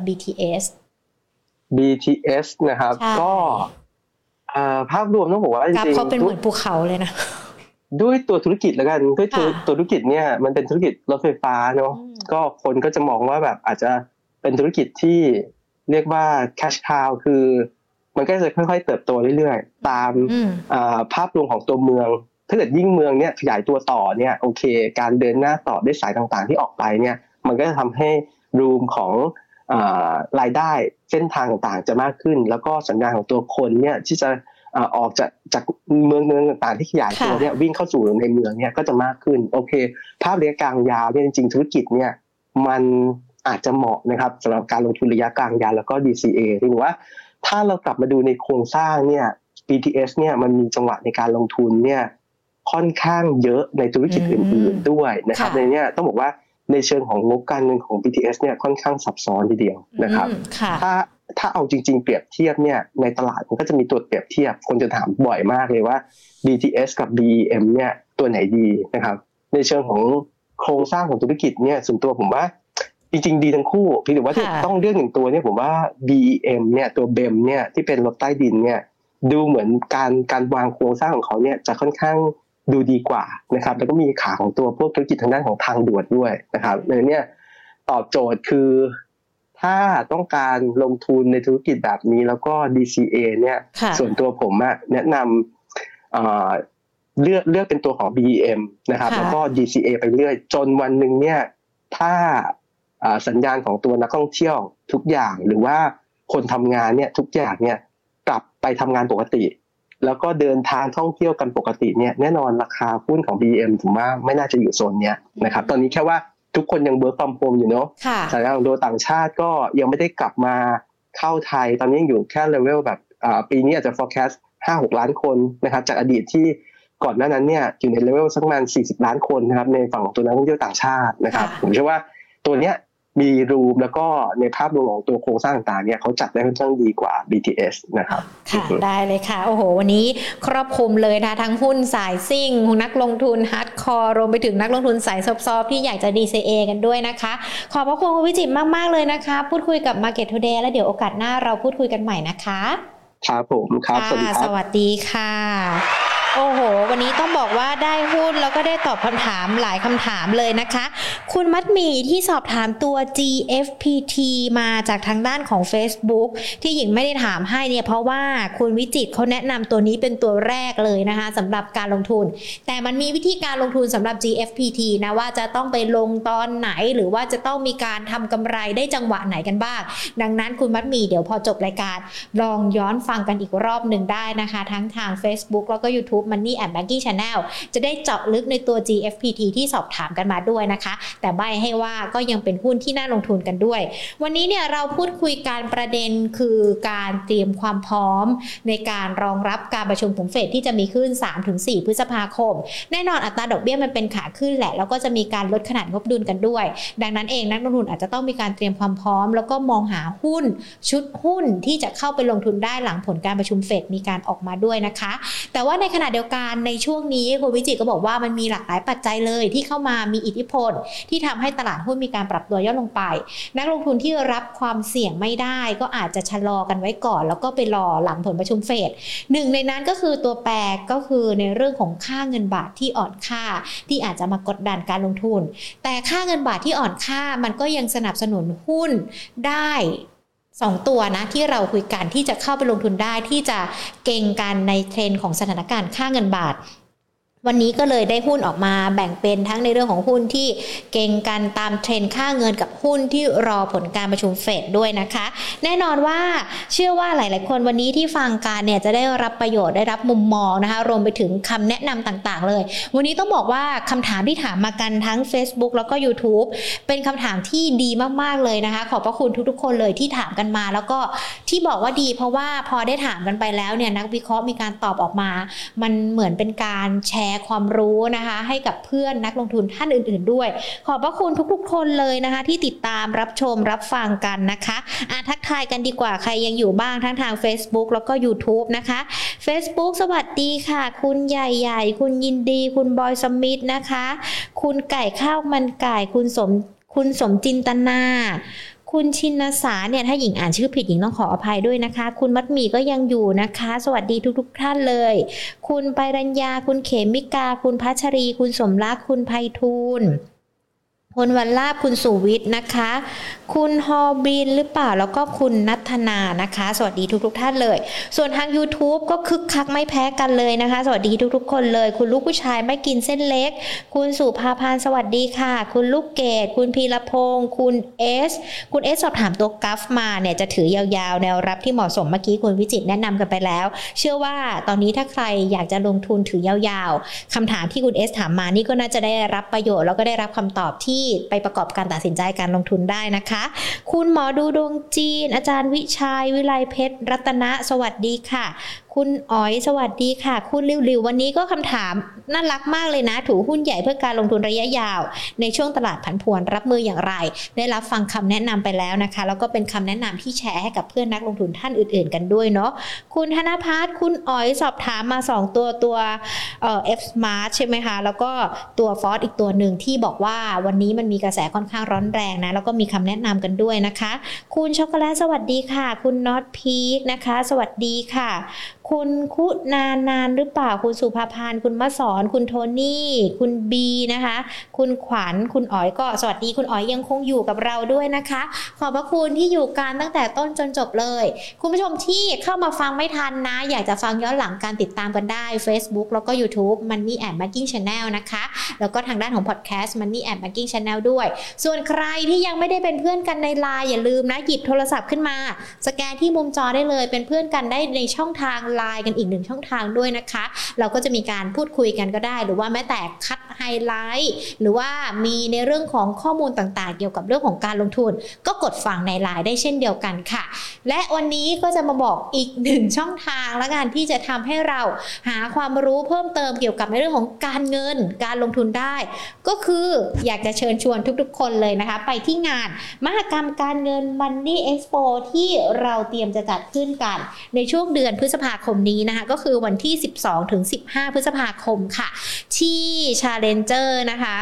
BTS นะครับก็ภาพรวมต้องบอกว่าจริงๆเขาเป็นเหมือนภูเขาเลยนะด้วยตัวธุรกิจแล้วกันด้วยตัวธุรกิจเนี่ยมันเป็นธุรกิจรถไฟฟ้าเนาะก็คนก็จะมองว่าแบบอาจจะเป็นธุรกิจที่เรียกว่า cash cow คือมันก็จะค่อยๆเติบโตเรื่อยๆตามภาพรวมของตัวเมืองถ้าเกิดยิ่งเมืองเนี่ยขยายตัวต่อเนี่ยโอเคการเดินหน้าต่อด้วยสายต่างๆที่ออกไปเนี่ยมันก็จะทำให้รูมของรายได้เส้นทางต่างๆจะมากขึ้นแล้วก็สัญญาณของตัวคนเนี่ยที่จะออกจากเมืองต่างๆที่ขยายตัวเนี่ยวิ่งเข้าสู่ในเมืองเนี่ยก็จะมากขึ้นโอเคภาพระยะกลางยาวเนี่ยจริงๆธุรกิจเนี่ยมันอาจจะเหมาะนะครับสำหรับการลงทุนระยะกลางยาวแล้วก็ DCA ที่บอกว่าถ้าเรากลับมาดูในโครงสร้างเนี่ย BTS เนี่ยมันมีจังหวะในการลงทุนเนี่ยค่อนข้างเยอะในธุรกิจอื่นๆด้วยนะครับในนี้ต้องบอกว่าในเชิงของงบการเงินของ BTS เนี่ยค่อนข้างซับซ้อนทีเดียวนะครับถ้าเอาจริงๆเปรียบเทียบเนี่ยในตลาดมันก็จะมีตัวเปรียบเทียบคนจะถามบ่อยมากเลยว่า BTS กับ BEM เนี่ยตัวไหนดีนะครับในเชิงของโครงสร้างของธุรกิจเนี่ยส่วนตัวผมว่าจริงๆดีทั้งคู่เพียงแต่ว่าต้องเลือกหนึ่งตัวเนี่ยผมว่า BEM เนี่ยตัว BEM เนี่ยที่เป็นรถใต้ดินเนี่ยดูเหมือนการวางโครงสร้างของเขาเนี่ยจะค่อนข้างดูดีกว่านะครับแล้วก็มีขาของตัวพวกธุรกิจทางด้านของทางด่วนด้วยนะครับในนี้ตอบโจทย์คือถ้าต้องการลงทุนในธุรกิจแบบนี้แล้วก็ DCA เนี่ยส่วนตัวผมแนะนำเลือกเป็นตัวของ BEM นะครับแล้วก็ DCA ไปเรื่อยจนวันหนึ่งเนี่ยถ้าสัญญาณของตัวนักท่องเที่ยวทุกอย่างหรือว่าคนทำงานเนี่ยทุกอย่างเนี่ยกลับไปทำงานปกติแล้วก็เดินทางท่องเที่ยวกันปกติเนี่ยแน่นอนราคาหุ้นของ BEM ผมว่าไม่น่าจะอยู่โซนเนี้ยนะครับตอนนี้แค่ว่าทุกคนยัง work from home อยู่เนาะสถานการณ์ของตัวต่างชาติก็ยังไม่ได้กลับมาเข้าไทยตอนนี้ยังอยู่แค่เลเวลแบบปีนี้อาจจะ forecast 5-6 ล้านคนนะครับจากอดีตที่ก่อนหน้านั้นเนี่ยอยู่ในเลเวลสักประมาณ40ล้านคนนะครับในฝั่งของตัวนักท่องเที่ยวต่างชาตินะครับผมเชื่อว่าตัวเนี้ยมีรูมแล้วก็ในภาพรวมของตัวโครงสร้างต่างๆเนี่ยเขาจัดได้ค่อนข้างดีกว่า BTS นะครับค่ะได้เลยค่ะโอ้โหวันนี้ครอบคลุมเลยนะทั้งหุ้นสายซิ่งนักลงทุนฮาร์ดคอร์รวมไปถึงนักลงทุนสายซอฟๆที่อยากจะ DCA กันด้วยนะคะขอบพระคุณคุณวิจิตรมากๆเลยนะคะพูดคุยกับ Market Today แล้วเดี๋ยวโอกาสหน้าเราพูดคุยกันใหม่นะคะครับผมครับสวัสดีครับสวัสดีค่ะโอ้โหวันนี้ต้องบอกว่าได้หุ้นแล้วก็ได้ตอบคำถามหลายคำถามเลยนะคะคุณมัดหมี่ที่สอบถามตัว GFPT มาจากทางด้านของ Facebook ที่หญิงไม่ได้ถามให้เนี่ยเพราะว่าคุณวิจิตรเขาแนะนำตัวนี้เป็นตัวแรกเลยนะคะสำหรับการลงทุนแต่มันมีวิธีการลงทุนสำหรับ GFPT นะว่าจะต้องไปลงตอนไหนหรือว่าจะต้องมีการทำกำไรได้จังหวะไหนกันบ้างดังนั้นคุณมัดหมี่เดี๋ยวพอจบรายการลองย้อนฟังกันอีกรอบหนึ่งได้นะคะทั้งทาง Facebook แล้วก็ YouTube Money and Banking Channel จะได้เจาะลึกในตัว GFPT ที่สอบถามกันมาด้วยนะคะแต่ใบ้ให้ว่าก็ยังเป็นหุ้นที่น่าลงทุนกันด้วยวันนี้เนี่ยเราพูดคุยการประเด็นคือการเตรียมความพร้อมในการรองรับการประชุมของเฟดที่จะมีขึ้น 3-4 พฤษภาคมแน่นอนอัตราดอกเบี้ยมันเป็นขาขึ้นแหละแล้วก็จะมีการลดขนาดงบดุลกันด้วยดังนั้นเองนักลงทุนอาจจะต้องมีการเตรียมความพร้อมแล้วก็มองหาหุ้นชุดหุ้นที่จะเข้าไปลงทุนได้หลังผลการประชุมเฟดมีการออกมาด้วยนะคะแต่ว่าในขณะเดียวกันในช่วงนี้คุณวิจิตรก็บอกว่ามันมีหลากหลายปัจจัยเลยที่เข้ามามีอิทธิพลที่ทำให้ตลาดหุ้นมีการปรับตัวย่อลงไปนักลงทุนที่รับความเสี่ยงไม่ได้ก็อาจจะชะลอกันไว้ก่อนแล้วก็ไปรอหลังผลประชุมเฟดหนึ่งในนั้นก็คือตัวแปรก็คือในเรื่องของค่าเงินบาทที่อ่อนค่าที่อาจจะมากดดันการลงทุนแต่ค่าเงินบาทที่อ่อนค่ามันก็ยังสนับสนุนหุ้นได้2ตัวนะที่เราคุยกันที่จะเข้าไปลงทุนได้ที่จะเก่งกันในเทรนด์ของสถานการณ์ค่าเงินบาทวันนี้ก็เลยได้หุ้นออกมาแบ่งเป็นทั้งในเรื่องของหุ้นที่เก่งกันตามเทรนด์ค่าเงินกับหุ้นที่รอผลการประชุมเฟดด้วยนะคะแน่นอนว่าเชื่อว่าหลายๆคนวันนี้ที่ฟังกันเนี่ยจะได้รับประโยชน์ได้รับมุมมองนะคะรวมไปถึงคำแนะนำต่างๆเลยวันนี้ต้องบอกว่าคำถามที่ถามมากันทั้ง Facebook แล้วก็ YouTube เป็นคำถามที่ดีมากๆเลยนะคะขอบพระคุณทุกๆคนเลยที่ถามกันมาแล้วก็ที่บอกว่าดีเพราะว่าพอได้ถามกันไปแล้วเนี่ยนักวิเคราะห์มีการตอบออกมามันเหมือนเป็นการแชร์ความรู้นะคะให้กับเพื่อนนักลงทุนท่านอื่นๆด้วยขอบพระคุณทุกๆคนเลยนะคะที่ติดตามรับชมรับฟังกันนะคะทักทายกันดีกว่าใครยังอยู่บ้างทั้งทาง Facebook แล้วก็ YouTube นะคะ Facebook สวัสดีค่ะคุณใหญ่ๆคุณยินดีคุณบอยสมิธนะคะคุณไก่ข้าวมันไก่คุณสมจินตนาคุณชินสาเนี่ยถ้าหญิงอ่านชื่อผิดหญิงต้องขออภัยด้วยนะคะคุณมัดหมี่ก็ยังอยู่นะคะสวัสดีทุกท่านเลยคุณไปรัญญาคุณเขมิกาคุณพัชรีคุณสมรักคุณไพฑูรย์พลวันลาภคุณสุวิทย์นะคะคุณฮอบินหรือเปล่าแล้วก็คุณนัทนานะคะสวัสดีทุกท่านเลยส่วนทาง YouTube ก็คึกคักไม่แพ้กันเลยนะคะสวัสดีทุกคนเลยคุณลูกผู้ชายไม่กินเส้นเล็กคุณสุภาพานสวัสดีค่ะคุณลูกเกดคุณพีรพงศ์คุณเอสสอบถามตัวกราฟมาเนี่ยจะถือยาวๆแนวรับที่เหมาะสมเมื่อกี้คุณวิจิตรแนะนำกันไปแล้วเชื่อว่าตอนนี้ถ้าใครอยากจะลงทุนถือยาวๆคำถามที่คุณเอสถามมานี่ก็น่าจะได้รับประโยชน์แล้วก็ได้รับคำตอบที่ไปประกอบการตัดสินใจการลงทุนได้นะคะคุณหมอดูดวงจีนอาจารย์วิชัยวิไลเพชรรัตนะสวัสดีค่ะคุณอ๋อยสวัสดีค่ะคุณริววันนี้ก็คำถามน่ารักมากเลยนะถือหุ้นใหญ่เพื่อการลงทุนระยะยาวในช่วงตลาดผันผวนรับมืออย่างไรได้รับฟังคำแนะนำไปแล้วนะคะแล้วก็เป็นคำแนะนำที่แชร์ให้กับเพื่อนนักลงทุนท่านอื่นๆกันด้วยเนาะคุณธนภัทรคุณอ๋อยสอบถามมา2ตัวF Smart ใช่ไหมคะแล้วก็ตัว Ford อีกตัวหนึ่งที่บอกว่าวันนี้มันมีกระแสค่อนข้างร้อนแรงนะแล้วก็มีคำแนะนำกันด้วยนะคะคุณช็อกโกแลตสวัสดีค่ะคุณน็อตพีคนะคะสวัสดีค่ะคุณคุณานหรือเปล่าคุณสุภาพานคุณมะสอนคุณโทนี่คุณบีนะคะคุณขวัญคุณอ๋อยก็สวัสดีคุณอ๋อยยังคงอยู่กับเราด้วยนะคะขอบพระคุณที่อยู่กันตั้งแต่ต้นจนจบเลยคุณผู้ชมที่เข้ามาฟังไม่ทันนะอยากจะฟังย้อนหลังการติดตามกันได้ Facebook แล้วก็ YouTube Money and Banking Channel นะคะแล้วก็ทางด้านของ Podcast Money and Banking Channel ด้วยส่วนใครที่ยังไม่ได้เป็นเพื่อนกันใน LINE อย่าลืมนะหยิบโทรศัพท์ขึ้นมาสแกนที่มุมจอได้เลยเป็นเพื่อนกันได้ในช่องทางLINE กันอีก1ช่องทางด้วยนะคะเราก็จะมีการพูดคุยกันก็ได้หรือว่าแม้แต่คัดไฮไลท์หรือว่ามีในเรื่องของข้อมูลต่างๆเกี่ยวกับเรื่องของการลงทุนก็กดฟังใน LINE ได้เช่นเดียวกันค่ะและวันนี้ก็จะมาบอกอีก1ช่องทางและกันที่จะทำให้เราหาความรู้เพิ่มเติมเกี่ยวกับในเรื่องของการเงินการลงทุนได้ก็คืออยากจะเชิญชวนทุกๆคนเลยนะคะไปที่งานมหกรรมการเงิน Money Expo ที่เราเตรียมจะจัดขึ้นกันในช่วงเดือนพฤษภาคมนี้นะคะก็คือวันที่ 12-15 พฤษภาคมค่ะที่ Challenger นะคะ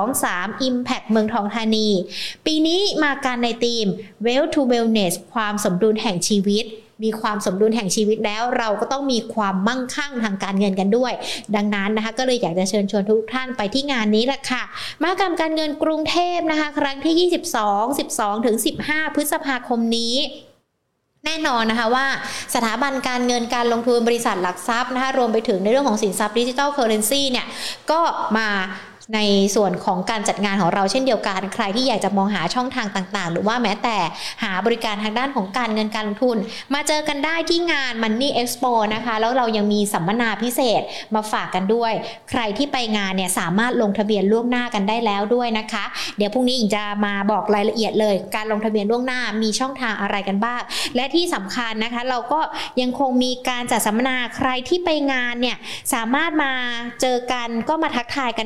23 Impact เมืองทองธานีปีนี้มากันในธีม Wealth to Wellness ความสมดุลแห่งชีวิตมีความสมดุลแห่งชีวิตแล้วเราก็ต้องมีความมั่งคั่งทางการเงินกันด้วยดังนั้นนะคะก็เลยอยากจะเชิญชวนทุกท่านไปที่งานนี้แหละค่ะมหกรรมการเงินกรุงเทพนะคะครั้งที่12-15 พฤษภาคมนี้แน่นอนนะคะว่าสถาบันการเงินการลงทุนบริษัทหลักทรัพย์นะคะรวมไปถึงในเรื่องของสินทรัพย์ดิจิทัลเคอเรนซีเนี่ยก็มาในส่วนของการจัดงานของเราเช่นเดียวกันใครที่อยากจะมองหาช่องทางต่างๆหรือว่าแม้แต่หาบริการทางด้านของการเงินการลงทุนมาเจอกันได้ที่งาน Money Expo นะคะแล้วเรายังมีสัมมนาพิเศษมาฝากกันด้วยใครที่ไปงานเนี่ยสามารถลงทะเบียนล่วงหน้ากันได้แล้วด้วยนะคะเดี๋ยวพรุ่งนี้อิงจะมาบอกรายละเอียดเลยการลงทะเบียนล่วงหน้ามีช่องทางอะไรกันบ้างและที่สำคัญนะคะเราก็ยังคงมีการจัดสัมมนาใครที่ไปงานเนี่ยสามารถมาเจอกันก็มาทักทายกันได้นะ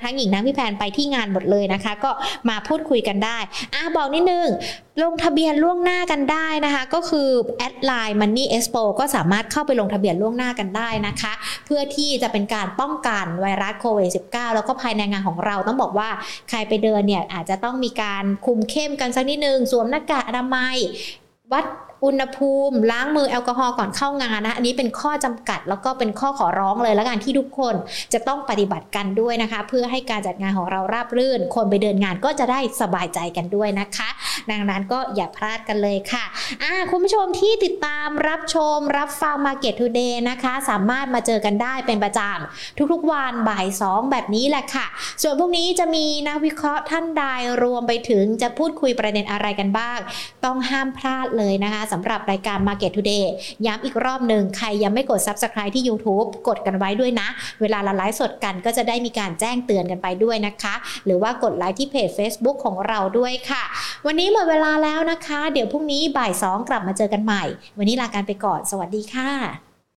ทั้งหญิงทั้งพี่แพนไปที่งานหมดเลยนะคะก็มาพูดคุยกันได้บอกนิดนึงลงทะเบียนล่วงหน้ากันได้นะคะก็คือแอดไลน์ Money Expo ก็สามารถเข้าไปลงทะเบียนล่วงหน้ากันได้นะคะเพื่อที่จะเป็นการป้องกันไวรัสโควิด -19 แล้วก็ภายในงานของเราต้องบอกว่าใครไปเดินเนี่ยอาจจะต้องมีการคุมเข้มกันสักนิดนึงสวมหน้ากากอนามัยวัดอุณหภูมิล้างมือแอลกอฮอล์ก่อนเข้างานนะอันนี้เป็นข้อจำกัดแล้วก็เป็นข้อขอร้องเลยแล้วกันที่ทุกคนจะต้องปฏิบัติกันด้วยนะคะเพื่อให้การจัดงานของเราราบรื่นคนไปเดินงานก็จะได้สบายใจกันด้วยนะคะดังนั้นก็อย่าพลาดกันเลยค่ะคุณผู้ชมที่ติดตามรับชมรับฟัง Market Today นะคะสามารถมาเจอกันได้เป็นประจำทุกๆวันบ่าย 2แบบนี้แหละค่ะส่วนพรุ่งนี้จะมีนักวิเคราะห์ท่านใดรวมไปถึงจะพูดคุยประเด็นอะไรกันบ้างต้องห้ามพลาดเลยนะคะสำหรับรายการ Market Today ย้ำอีกรอบหนึ่งใครยังไม่กด Subscribe ที่ YouTube กดกันไว้ด้วยนะเวลาเราไลฟ์สดกันก็จะได้มีการแจ้งเตือนกันไปด้วยนะคะหรือว่ากดไลค์ที่เพจ Facebook ของเราด้วยค่ะวันนี้หมดเวลาแล้วนะคะเดี๋ยวพรุ่งนี้บ่าย 2กลับมาเจอกันใหม่วันนี้ลากันไปก่อนสวัสดีค่ะ